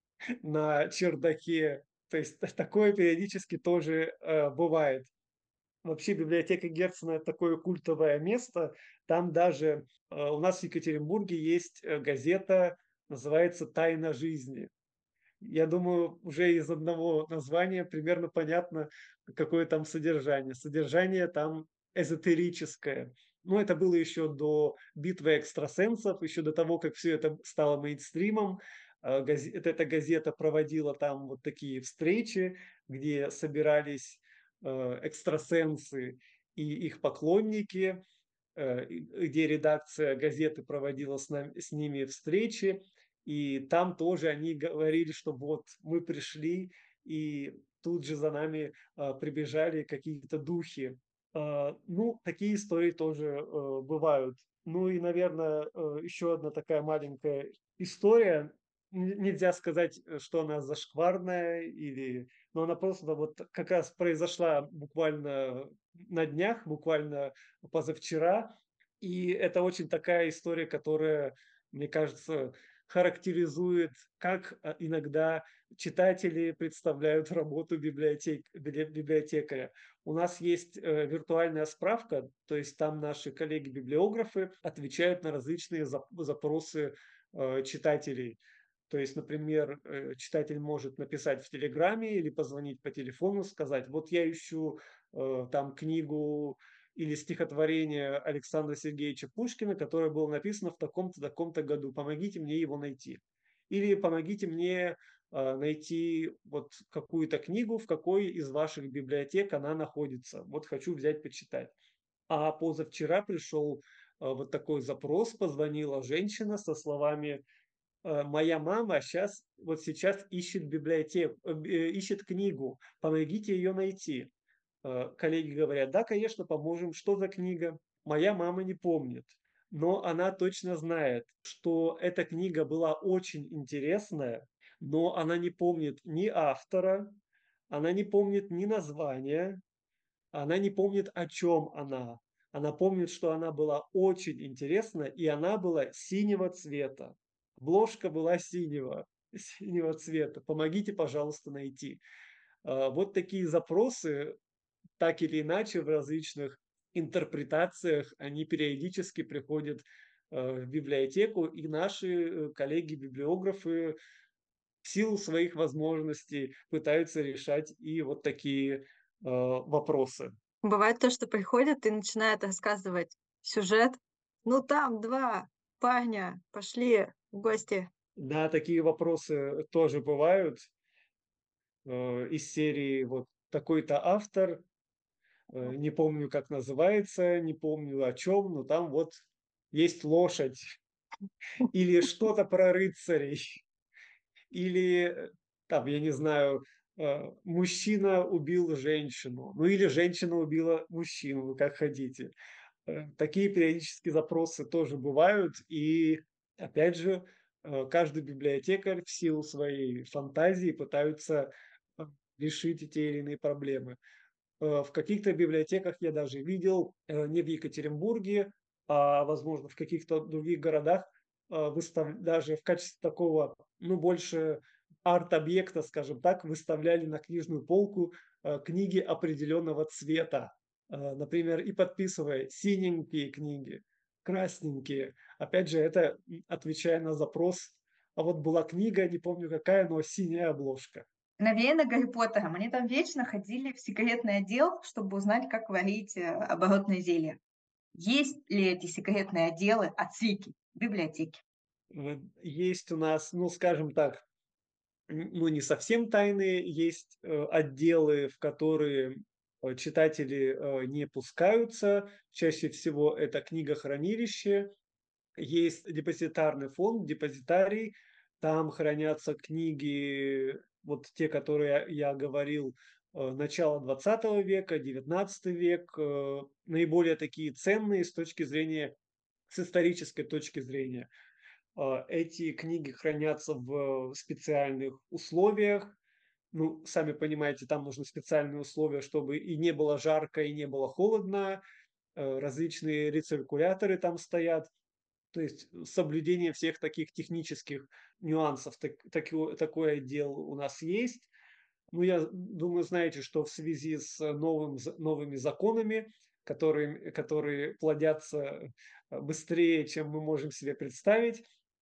на чердаке. То есть т- такое периодически тоже э, бывает. Вообще библиотека Герцена это такое культовое место. Там даже э, у нас в Екатеринбурге есть э, газета, называется «Тайна жизни». Я думаю, уже из одного названия примерно понятно, какое там содержание. Содержание там эзотерическое. Ну, это было еще до битвы экстрасенсов, еще до того, как все это стало мейнстримом. А, газе- эт- Эта газета проводила там вот такие встречи, где собирались э, экстрасенсы и их поклонники, э, и- где редакция газеты проводила с, нами- с ними встречи, и там тоже они говорили, что вот мы пришли, и тут же за нами а, прибежали какие-то духи. А, ну, такие истории тоже э, бывают. Ну и, наверное, э, еще одна такая маленькая история. Н- Нельзя сказать, э, что она зашкварная, или... но она просто вот как раз произошла буквально на днях, буквально позавчера. И это очень такая история, которая, мне кажется, характеризует, как а, иногда читатели представляют работу библиотек, библи- библиотекаря. У нас есть э, виртуальная справка, то есть там наши коллеги-библиографы отвечают на различные зап- запросы э, читателей. То есть, например, э, читатель может написать в Телеграме или позвонить по телефону, сказать, вот я ищу э, там книгу или стихотворение Александра Сергеевича Пушкина, которое было написано в таком-то, таком-то году. Помогите мне его найти. Или помогите мне э, найти вот какую-то книгу, в какой из ваших библиотек она находится. Вот хочу взять почитать. А позавчера пришел э, вот такой запрос, позвонила женщина со словами: э, моя мама сейчас, вот сейчас ищет библиотеку, э, э, ищет книгу, помогите ее найти. Э, Коллеги говорят, да, конечно, поможем. Что за книга? Моя мама не помнит. но она точно знает, что эта книга была очень интересная, но она не помнит ни автора, она не помнит ни названия, она не помнит, о чем она. Она помнит, что она была очень интересна, и она была синего цвета. Обложка была синего, синего цвета. Помогите, пожалуйста, найти. А, Вот такие запросы, так или иначе, в различных интерпретациях, они периодически приходят э, в библиотеку, и наши э, коллеги-библиографы в силу своих возможностей пытаются решать и вот такие э, вопросы. Бывает то, что приходят и начинают рассказывать сюжет. Ну, там два парня пошли в гости. Да, такие вопросы тоже бывают э, из серии вот такой-то автор, э, не помню, как называется, не помню о чем, но там вот есть лошадь или что-то про рыцарей, или э, там, я не знаю, э, мужчина убил женщину, ну или женщина убила мужчину, как хотите. Э, Такие периодически запросы тоже бывают, и опять же, э, каждый библиотекарь в силу своей фантазии пытаются э, решить те или иные проблемы. Э, В каких-то библиотеках я даже видел, э, не в Екатеринбурге, а, возможно, в каких-то других городах, э, выстав... даже в качестве такого, ну, больше арт-объекта, скажем так, выставляли на книжную полку э, книги определенного цвета. Э, Например, и подписывая синенькие книги, красненькие. Опять же, это м, отвечая на запрос. А вот была книга, не помню какая, но синяя обложка. Навеяно Гарри Поттером. Они там вечно ходили в секретный отдел, чтобы узнать, как варить э, оборотное зелье. Есть ли эти секретные отделы отсеки в библиотеке? Э, Есть у нас, ну, скажем так, н- ну, не совсем тайные, есть э, отделы, в которые э, читатели э, не пускаются. Чаще всего это книгохранилище, есть депозитарный фонд, депозитарий, там хранятся книги, вот те, которые я говорил, э, начала двадцатого века, девятнадцатый век, э, наиболее такие ценные с точки зрения, с исторической точки зрения. А, Эти книги хранятся в специальных условиях. Ну, сами понимаете, там нужны специальные условия, чтобы и не было жарко, и не было холодно. Э, Различные рециркуляторы там стоят. То есть соблюдение всех таких технических нюансов. Так, таки- такой отдел у нас есть. Ну, я думаю, знаете, что в связи с новым, з- новыми законами, которые, которые плодятся э, быстрее, чем мы можем себе представить,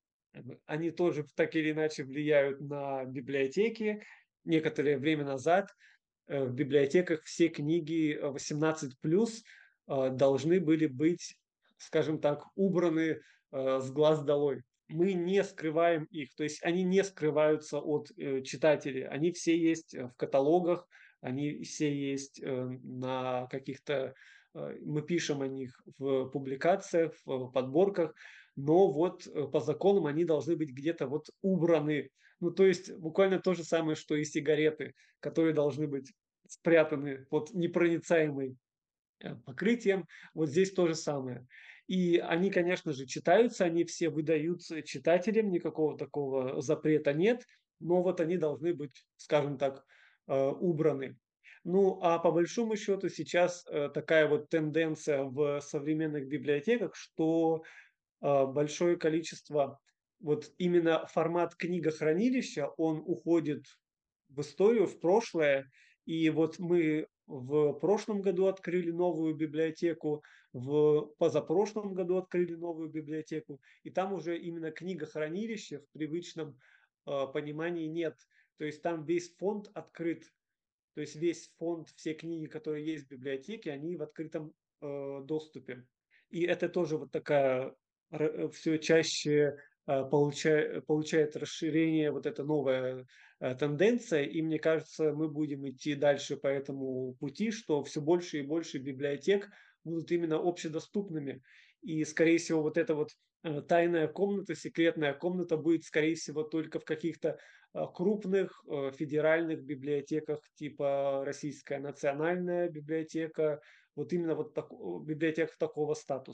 они тоже так или иначе влияют на библиотеки. Некоторое время назад э, в библиотеках все книги э, восемнадцать плюс э, должны были быть, скажем так, убраны э, с глаз долой. Мы не скрываем их, то есть они не скрываются от э, читателей. Они все есть э, в каталогах, они все есть э, на каких-то, э, мы пишем о них в публикациях, в подборках, но вот э, по законам они должны быть где-то вот убраны. Ну, то есть буквально то же самое, что и сигареты, которые должны быть спрятаны под непроницаемой э, покрытием. Вот здесь то же самое. И они, конечно же, читаются, они все выдаются читателям, никакого такого запрета нет, но вот они должны быть, скажем так, э, убраны. Ну, а по большому счету сейчас э, такая вот тенденция в современных библиотеках, что а, большое количество, вот именно формат книгохранилища, он уходит в историю, в прошлое. И вот мы в прошлом году открыли новую библиотеку, в позапрошлом году открыли новую библиотеку, и там уже именно книгохранилище в привычном э, понимании нет. То есть там весь фонд открыт, то есть весь фонд, все книги, которые есть в библиотеке, они в открытом э, доступе. И это тоже вот такая все чаще э, получа- получает расширение вот эта новая э, тенденция. И мне кажется, мы будем идти дальше по этому пути, что все больше и больше библиотек будут именно общедоступными. И, скорее всего, вот эта вот э, тайная комната, секретная комната будет, скорее всего, только в каких-то э, крупных э, федеральных библиотеках типа Российская национальная библиотека, вот именно вот так, библиотеках такого статуса.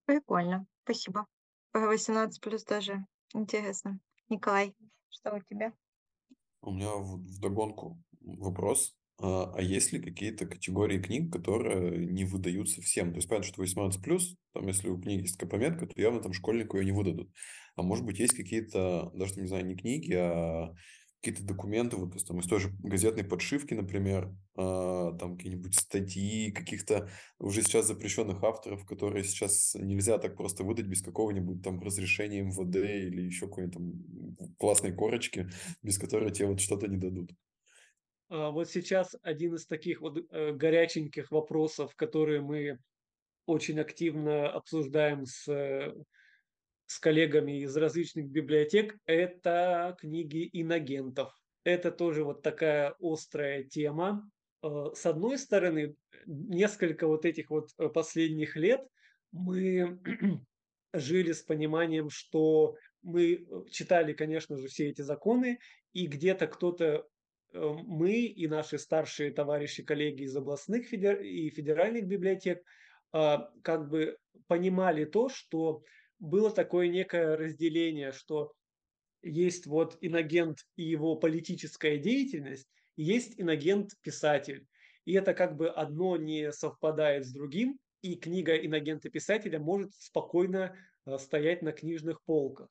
Прикольно, спасибо. Про восемнадцать плюс даже интересно. Николай, что у тебя? У меня в- вдогонку вопрос. А а есть ли какие-то категории книг, которые не выдаются всем? То есть, понятно, что восемнадцать плюс, там, если у книги есть такая пометка, то явно там школьнику ее не выдадут. А может быть, есть какие-то, даже, не знаю, не книги, а какие-то документы, вот из, там, из той же газетной подшивки, например, а, там какие-нибудь статьи каких-то уже сейчас запрещенных авторов, которые сейчас нельзя так просто выдать без какого-нибудь там разрешения эм вэ дэ или еще какой-нибудь там классной корочки, без которой тебе вот что-то не дадут. А, Вот сейчас один из таких вот э, горяченьких вопросов, которые мы очень активно обсуждаем с, э, с коллегами из различных библиотек, это книги инагентов. Это тоже вот такая острая тема. Э, С одной стороны, несколько вот этих вот э, последних лет мы жили с пониманием, что мы э, читали, конечно же, все эти законы, и где-то кто-то, э, мы и наши старшие товарищи, коллеги из областных федер- и федеральных библиотек, а, как бы понимали то, что было такое некое разделение, что есть вот инагент и его политическая деятельность, и есть инагент-писатель. И это как бы одно не совпадает с другим, и книга инагента-писателя может спокойно э, стоять на книжных полках.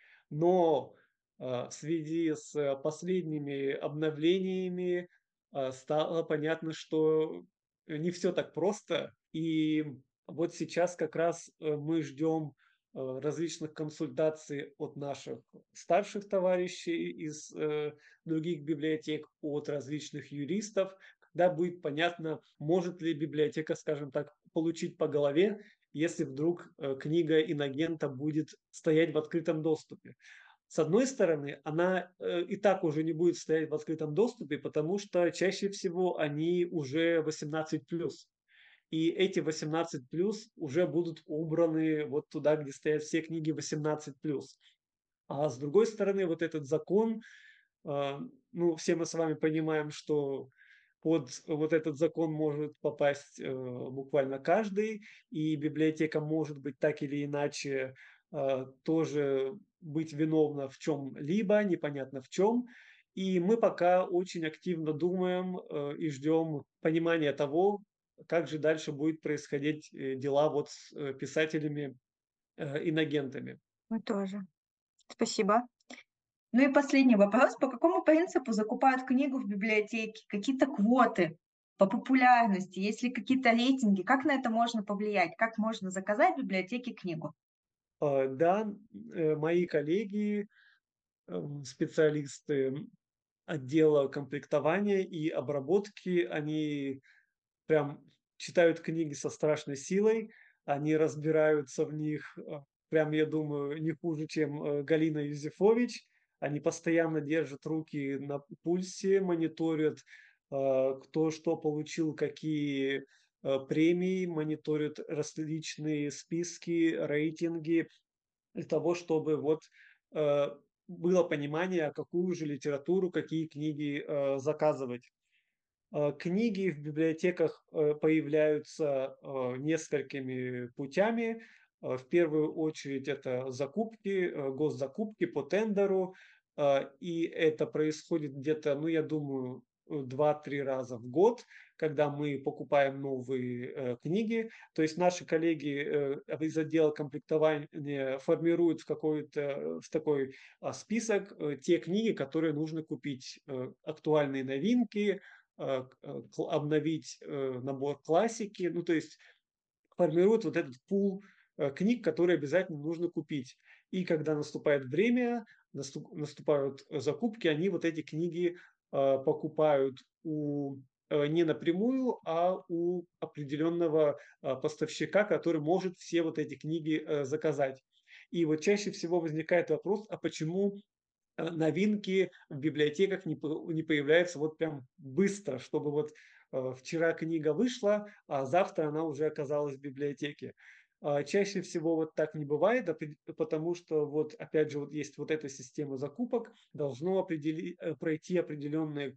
Но а, в связи с э, последними обновлениями а, стало понятно, что не все так просто. И вот сейчас как раз э, мы ждем э, различных консультаций от наших старших товарищей из э, других библиотек, от различных юристов, когда будет понятно, может ли библиотека, скажем так, получить по голове, если вдруг э, книга инагента будет стоять в открытом доступе. С одной стороны, она э, и так уже не будет стоять в открытом доступе, потому что чаще всего они уже восемнадцать плюс. И эти восемнадцать плюс уже будут убраны вот туда, где стоят все книги восемнадцать плюс. А с другой стороны, вот этот закон, а, ну, все мы с вами понимаем, что под вот этот закон может попасть э, буквально каждый, и библиотека может быть так или иначе э, тоже быть виновна в чем-либо, непонятно в чем. И мы пока очень активно думаем э, и ждем понимания того, как же дальше будет происходить э, дела вот с э, писателями-инагентами. Мы тоже. Спасибо. Ну и последний вопрос. По какому принципу закупают книгу в библиотеке? Какие-то квоты по популярности? Есть ли какие-то рейтинги? Как на это можно повлиять? Как можно заказать в библиотеке книгу? А, Да, э, мои коллеги, эм, специалисты отдела комплектования и обработки, они прям читают книги со страшной силой, они разбираются в них, э, прям, я думаю, не хуже, чем э, Галина Юзефович. Они постоянно держат руки на пульсе, мониторят, э, кто что получил, какие э, премии, мониторят различные списки, рейтинги для того, чтобы вот э, было понимание, а какую же литературу, какие книги э, заказывать. Э, Книги в библиотеках э, появляются э, несколькими путями. Э, В первую очередь это закупки, э, госзакупки по тендеру. Э, И это происходит где-то, ну, я думаю, э, два-три раза в год, когда мы покупаем новые э, книги. То есть наши коллеги э, из отдела комплектования формируют в какой-то э, в такой а, список э, те книги, которые нужно купить, э, актуальные новинки, э, э, кл- обновить э, набор классики, ну то есть формируют вот этот пул э, книг, которые обязательно нужно купить. И когда наступает время, наступ- наступают э, закупки, они вот эти книги э, покупают у э, не напрямую, а у определенного э, поставщика, который может все вот эти книги э, заказать. И вот чаще всего возникает вопрос, а почему э, новинки в библиотеках не, по- не появляются вот прям быстро, чтобы вот э, вчера книга вышла, а завтра она уже оказалась в библиотеке. А Чаще всего вот так не бывает, опре- потому что вот опять же вот есть вот эта система закупок, должно определи- э, пройти определенные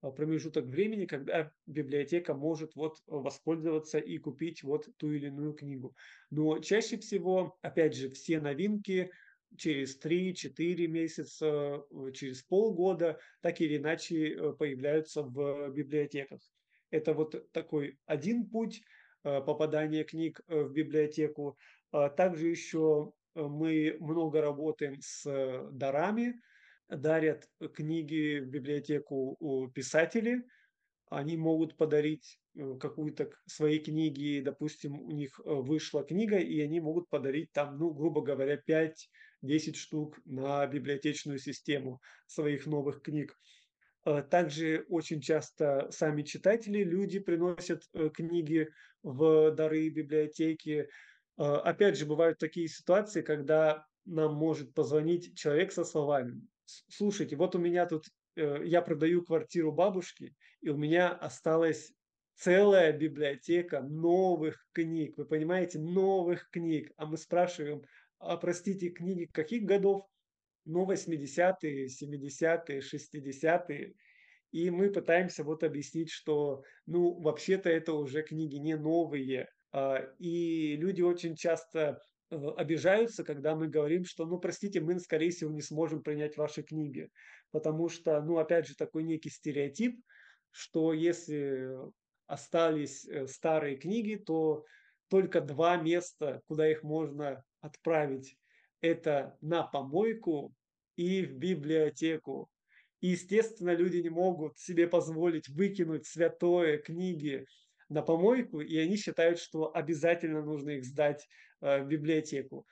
а, промежуток времени, когда библиотека может вот воспользоваться и купить вот ту или иную книгу. Но чаще всего, опять же, все новинки через три-четыре месяца, э, через полгода так или иначе э, появляются в библиотеках. Это вот такой один путь э, попадания книг э, в библиотеку. А Также еще э, мы много работаем с э, дарами, дарят книги в библиотеку у писателей, они могут подарить э, какую-то к- свои книги, допустим, у них э, вышла книга, и они могут подарить там, ну, грубо говоря, пять-десять штук на библиотечную систему своих новых книг. Э, Также очень часто сами читатели, люди приносят э, книги в дары библиотеки. Э, Опять же, бывают такие ситуации, когда нам может позвонить человек со словами: «С- Слушайте, вот у меня тут, э, я продаю квартиру бабушки, и у меня осталась целая библиотека новых книг». Вы понимаете, новых книг. А мы спрашиваем: а простите, книги каких годов? Ну, восьмидесятые, семидесятые, шестидесятые. И мы пытаемся вот объяснить, что, ну, вообще-то это уже книги не новые. А, И люди очень часто э, обижаются, когда мы говорим, что, ну, простите, мы, скорее всего, не сможем принять ваши книги. Потому что, ну, опять же, такой некий стереотип, что если остались э, старые книги, то только два места, куда их можно отправить. Это на помойку и в библиотеку. И, естественно, люди не могут себе позволить выкинуть святое книги на помойку, и они считают, что обязательно нужно их сдать э, в библиотеку.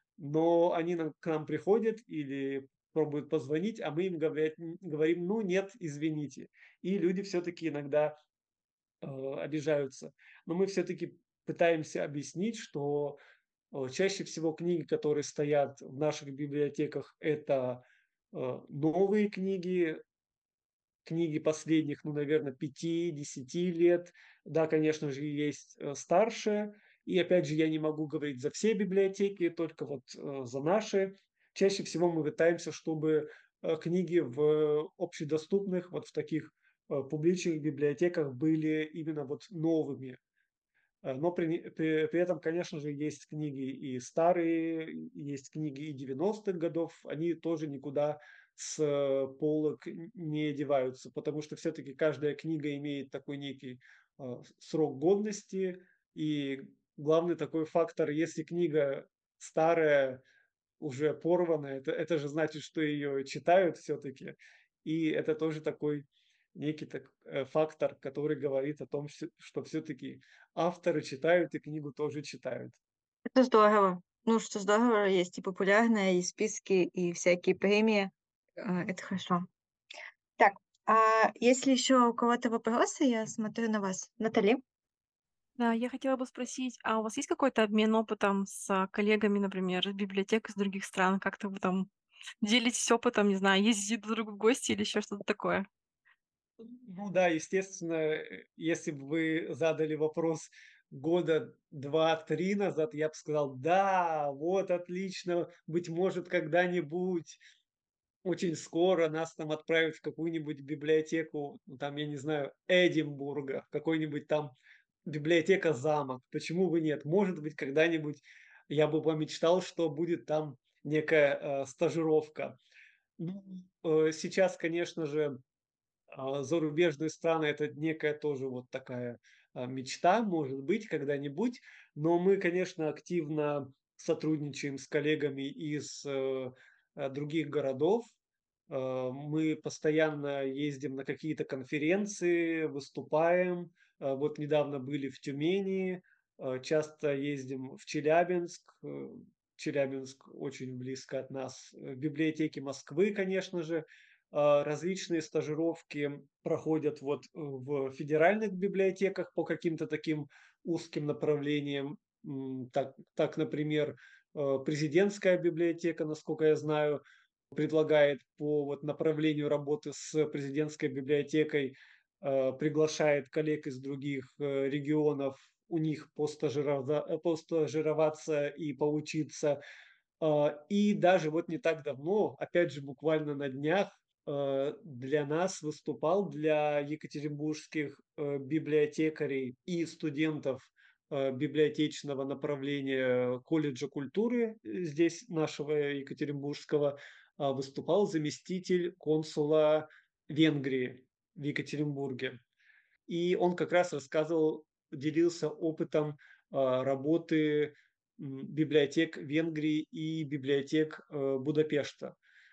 Но они нам- к нам приходят или пробуют позвонить, а мы им говорят- говорим, ну нет, извините. И люди все-таки иногда э, обижаются. Но мы все-таки пытаемся объяснить, что э, чаще всего книги, которые стоят в наших библиотеках, это э, новые книги, книги последних, ну, наверное, пяти-десяти лет. Да, конечно же, есть э, старшие. И опять же, я не могу говорить за все библиотеки, только вот э, за наши. Чаще всего мы пытаемся, чтобы э, книги в общедоступных, вот в таких э, публичных библиотеках были именно вот новыми. Э, Но при, при, при этом, конечно же, есть книги и старые, есть книги и девяностых годов, они тоже никуда с э, полок н- не деваются, потому что все-таки каждая книга имеет такой некий э, срок годности, и главный такой фактор, если книга старая, уже порванная, это, это же значит, что ее читают все-таки, и это тоже такой некий так, э, фактор, который говорит о том, что что все-таки авторы читают и книгу тоже читают. Это здорово. Ну, что здорово, есть и популярные, и списки, и всякие премии. А, Это хорошо. Так, а если еще у кого-то вопросы, я смотрю на вас. Натали? Да, я хотела бы спросить, а у вас есть какой-то обмен опытом с а, коллегами, например, из библиотек из других стран? Как-то вы там делитесь опытом, не знаю, ездите друг к другу в гости или еще что-то такое? Ну да, естественно, э, если бы вы задали вопрос года два-три назад, я бы сказал: да, вот отлично, быть может, когда-нибудь очень скоро нас там отправят в какую-нибудь библиотеку, ну, там, я не знаю, Эдинбурга, в какой-нибудь там библиотека замок. Почему бы нет? Может быть, когда-нибудь я бы помечтал, что будет там некая э, стажировка. Ну, э, сейчас, конечно же, а, зарубежные страны — это некая тоже вот такая а, мечта, может быть, когда-нибудь. Но мы, конечно, активно сотрудничаем с коллегами из э, э, других городов. Э, Мы постоянно ездим на какие-то конференции, выступаем. Э, Вот недавно были в Тюмени, э, часто ездим в Челябинск. Э, Челябинск очень близко от нас. Э, В библиотеке Москвы, конечно же. А, Различные стажировки проходят вот э, в федеральных библиотеках по каким-то таким узким направлениям. М, Так, так, например, э, президентская библиотека, насколько я знаю, предлагает по вот направлению работы с президентской библиотекой, э, приглашает коллег из других э, регионов у них постажироваться, э, постажироваться и поучиться. А, И даже вот не так давно, опять же, буквально на днях, э, для нас выступал, для екатеринбургских э, библиотекарей и студентов э, библиотечного направления колледжа культуры э, здесь нашего екатеринбургского, а, выступал заместитель консула Венгрии в Екатеринбурге. И он как раз рассказывал, делился опытом а, работы м, библиотек Венгрии и библиотек э, Будапешта.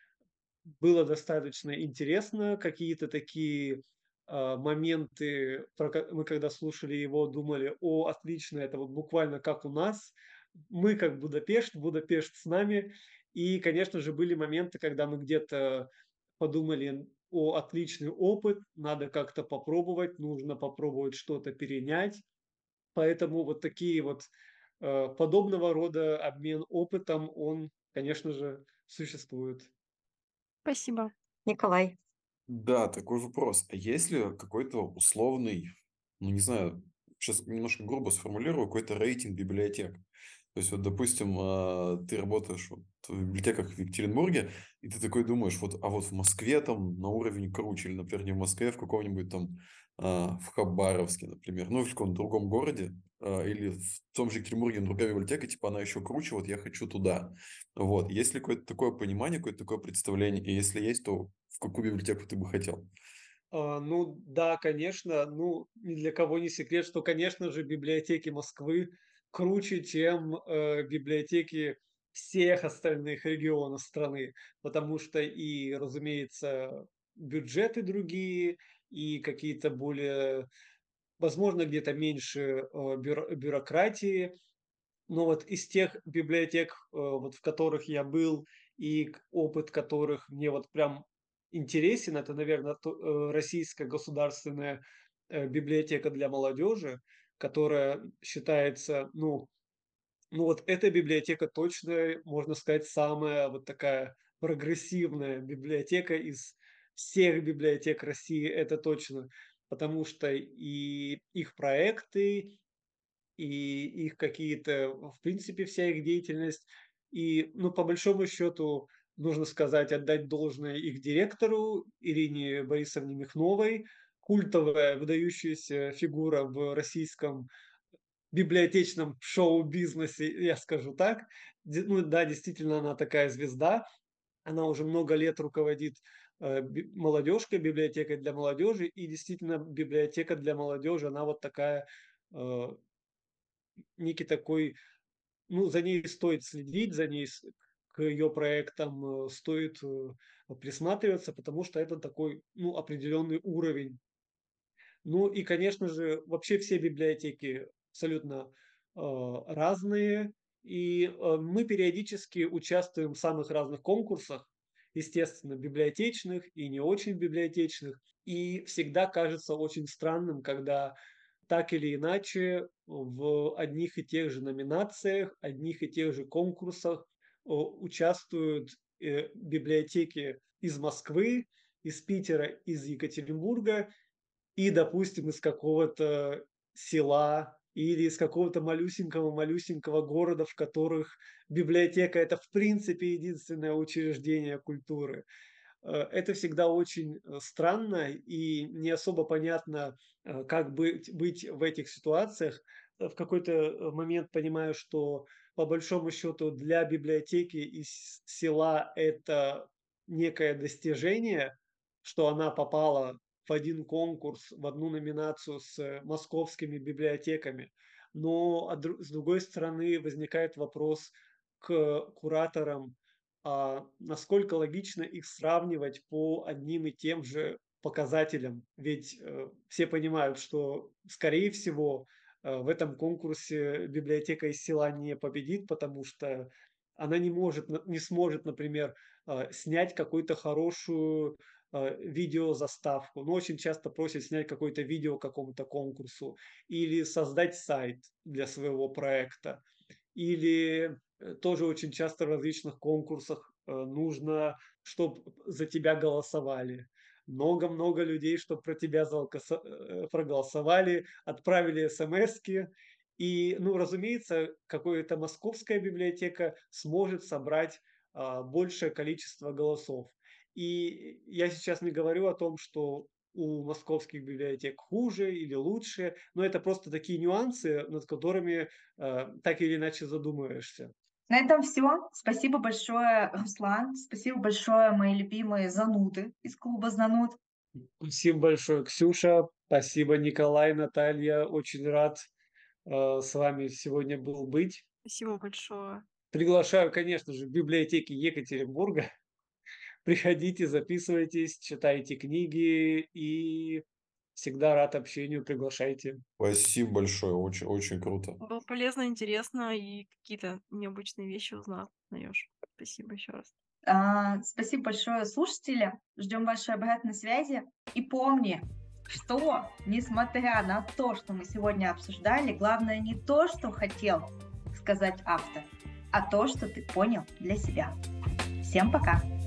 Было достаточно интересно, какие-то такие а, моменты, про ко- мы когда слушали его, думали, о, отлично, это вот буквально как у нас, мы как Будапешт, Будапешт с нами. И, конечно же, были моменты, когда мы где-то подумали, о, отличный опыт, надо как-то попробовать, нужно попробовать что-то перенять. Поэтому вот такие вот э, подобного рода обмен опытом, он, конечно же, существует. Спасибо. Николай. Да, такой вопрос. А есть ли какой-то условный, ну не знаю, сейчас немножко грубо сформулирую, какой-то рейтинг библиотек? То есть, вот, допустим, а, ты работаешь вот в библиотеках в Екатеринбурге, и ты такой думаешь, вот, а вот в Москве там на уровень круче, или, например, не в Москве, а в каком-нибудь там, а, в Хабаровске, например, ну, или в каком-то другом городе, а, или в том же Екатеринбурге другая библиотека, типа, она еще круче, вот я хочу туда. Вот. Есть ли какое-то такое понимание, какое-то такое представление? И если есть, то в какую библиотеку ты бы хотел? А, ну да, конечно, ну ни для кого не секрет, что, конечно же, библиотеки Москвы круче, чем э, библиотеки всех остальных регионов страны, потому что и, разумеется, бюджеты другие, и какие-то более, возможно, где-то меньше э, бюро- бюрократии. Но вот из тех библиотек, э, вот в которых я был, и к опыт которых мне вот прям интересен, это, наверное, Российская государственная э, библиотека для молодежи, которая считается, ну, ну вот эта библиотека точно, можно сказать, самая вот такая прогрессивная библиотека из всех библиотек России, это точно, потому что и их проекты, и их какие-то, в принципе, вся их деятельность. И, ну, по большому счету, нужно сказать, отдать должное их директору Ирине Борисовне Михновой, культовая, выдающаяся фигура в российском библиотечном шоу-бизнесе, я скажу так. Де- Ну да, действительно, она такая звезда. Она уже много лет руководит э, би- молодежкой, библиотекой для молодежи. И действительно, библиотека для молодежи, она вот такая, э, некий такой, ну, за ней стоит следить, за ней, с- к ее проектам э, стоит э, присматриваться, потому что это такой, ну, определенный уровень. Ну и, конечно же, вообще все библиотеки абсолютно э, разные, и э, мы периодически участвуем в самых разных конкурсах, естественно, библиотечных и не очень библиотечных, и всегда кажется очень странным, когда так или иначе в одних и тех же номинациях, одних и тех же конкурсах о, участвуют э, библиотеки из Москвы, из Питера, из Екатеринбурга и, допустим, из какого-то села или из какого-то малюсенького-малюсенького города, в которых библиотека – это в принципе единственное учреждение культуры. Э, это всегда очень э, странно и не особо понятно, э, как быть, быть в этих ситуациях. Э, В какой-то э, момент понимаю, что по большому счету для библиотеки из села это некое достижение, что она попала в один конкурс, в одну номинацию с э, московскими библиотеками. Но а дру- с другой стороны возникает вопрос к кураторам, а насколько логично их сравнивать по одним и тем же показателям? Ведь э, все понимают, что, скорее всего, э, в этом конкурсе библиотека из села не победит, потому что она не может, на- не сможет, например, э, снять какую-то хорошую э, видеозаставку. Ну, очень часто просят снять какое-то видео к какому-то конкурсу или создать сайт для своего проекта. Или э, тоже очень часто в различных конкурсах э, нужно, чтобы за тебя голосовали. Много-много людей, чтобы про тебя залкоса- э, проголосовали, отправили смски. И, ну, разумеется, какая-то московская библиотека сможет собрать а, большее количество голосов. И я сейчас не говорю о том, что у московских библиотек хуже или лучше, но это просто такие нюансы, над которыми э, так или иначе задумываешься. На этом все. Спасибо большое, Руслан. Спасибо большое, мои любимые зануды из клуба «Зануд». Спасибо большое, Ксюша. Спасибо, Николай, Наталья. Очень рад э, с вами сегодня был быть. Спасибо большое. Приглашаю, конечно же, в библиотеки Екатеринбурга. Приходите, записывайтесь, читайте книги и всегда рад общению, приглашайте. Спасибо большое, очень, очень круто. Было полезно, интересно, и какие-то необычные вещи узнал, узнаешь. Спасибо еще раз. А, Спасибо большое, слушатели. Ждем вашей обратной связи. И помни, что, несмотря на то, что мы сегодня обсуждали, главное не то, что хотел сказать автор, а то, что ты понял для себя. Всем пока!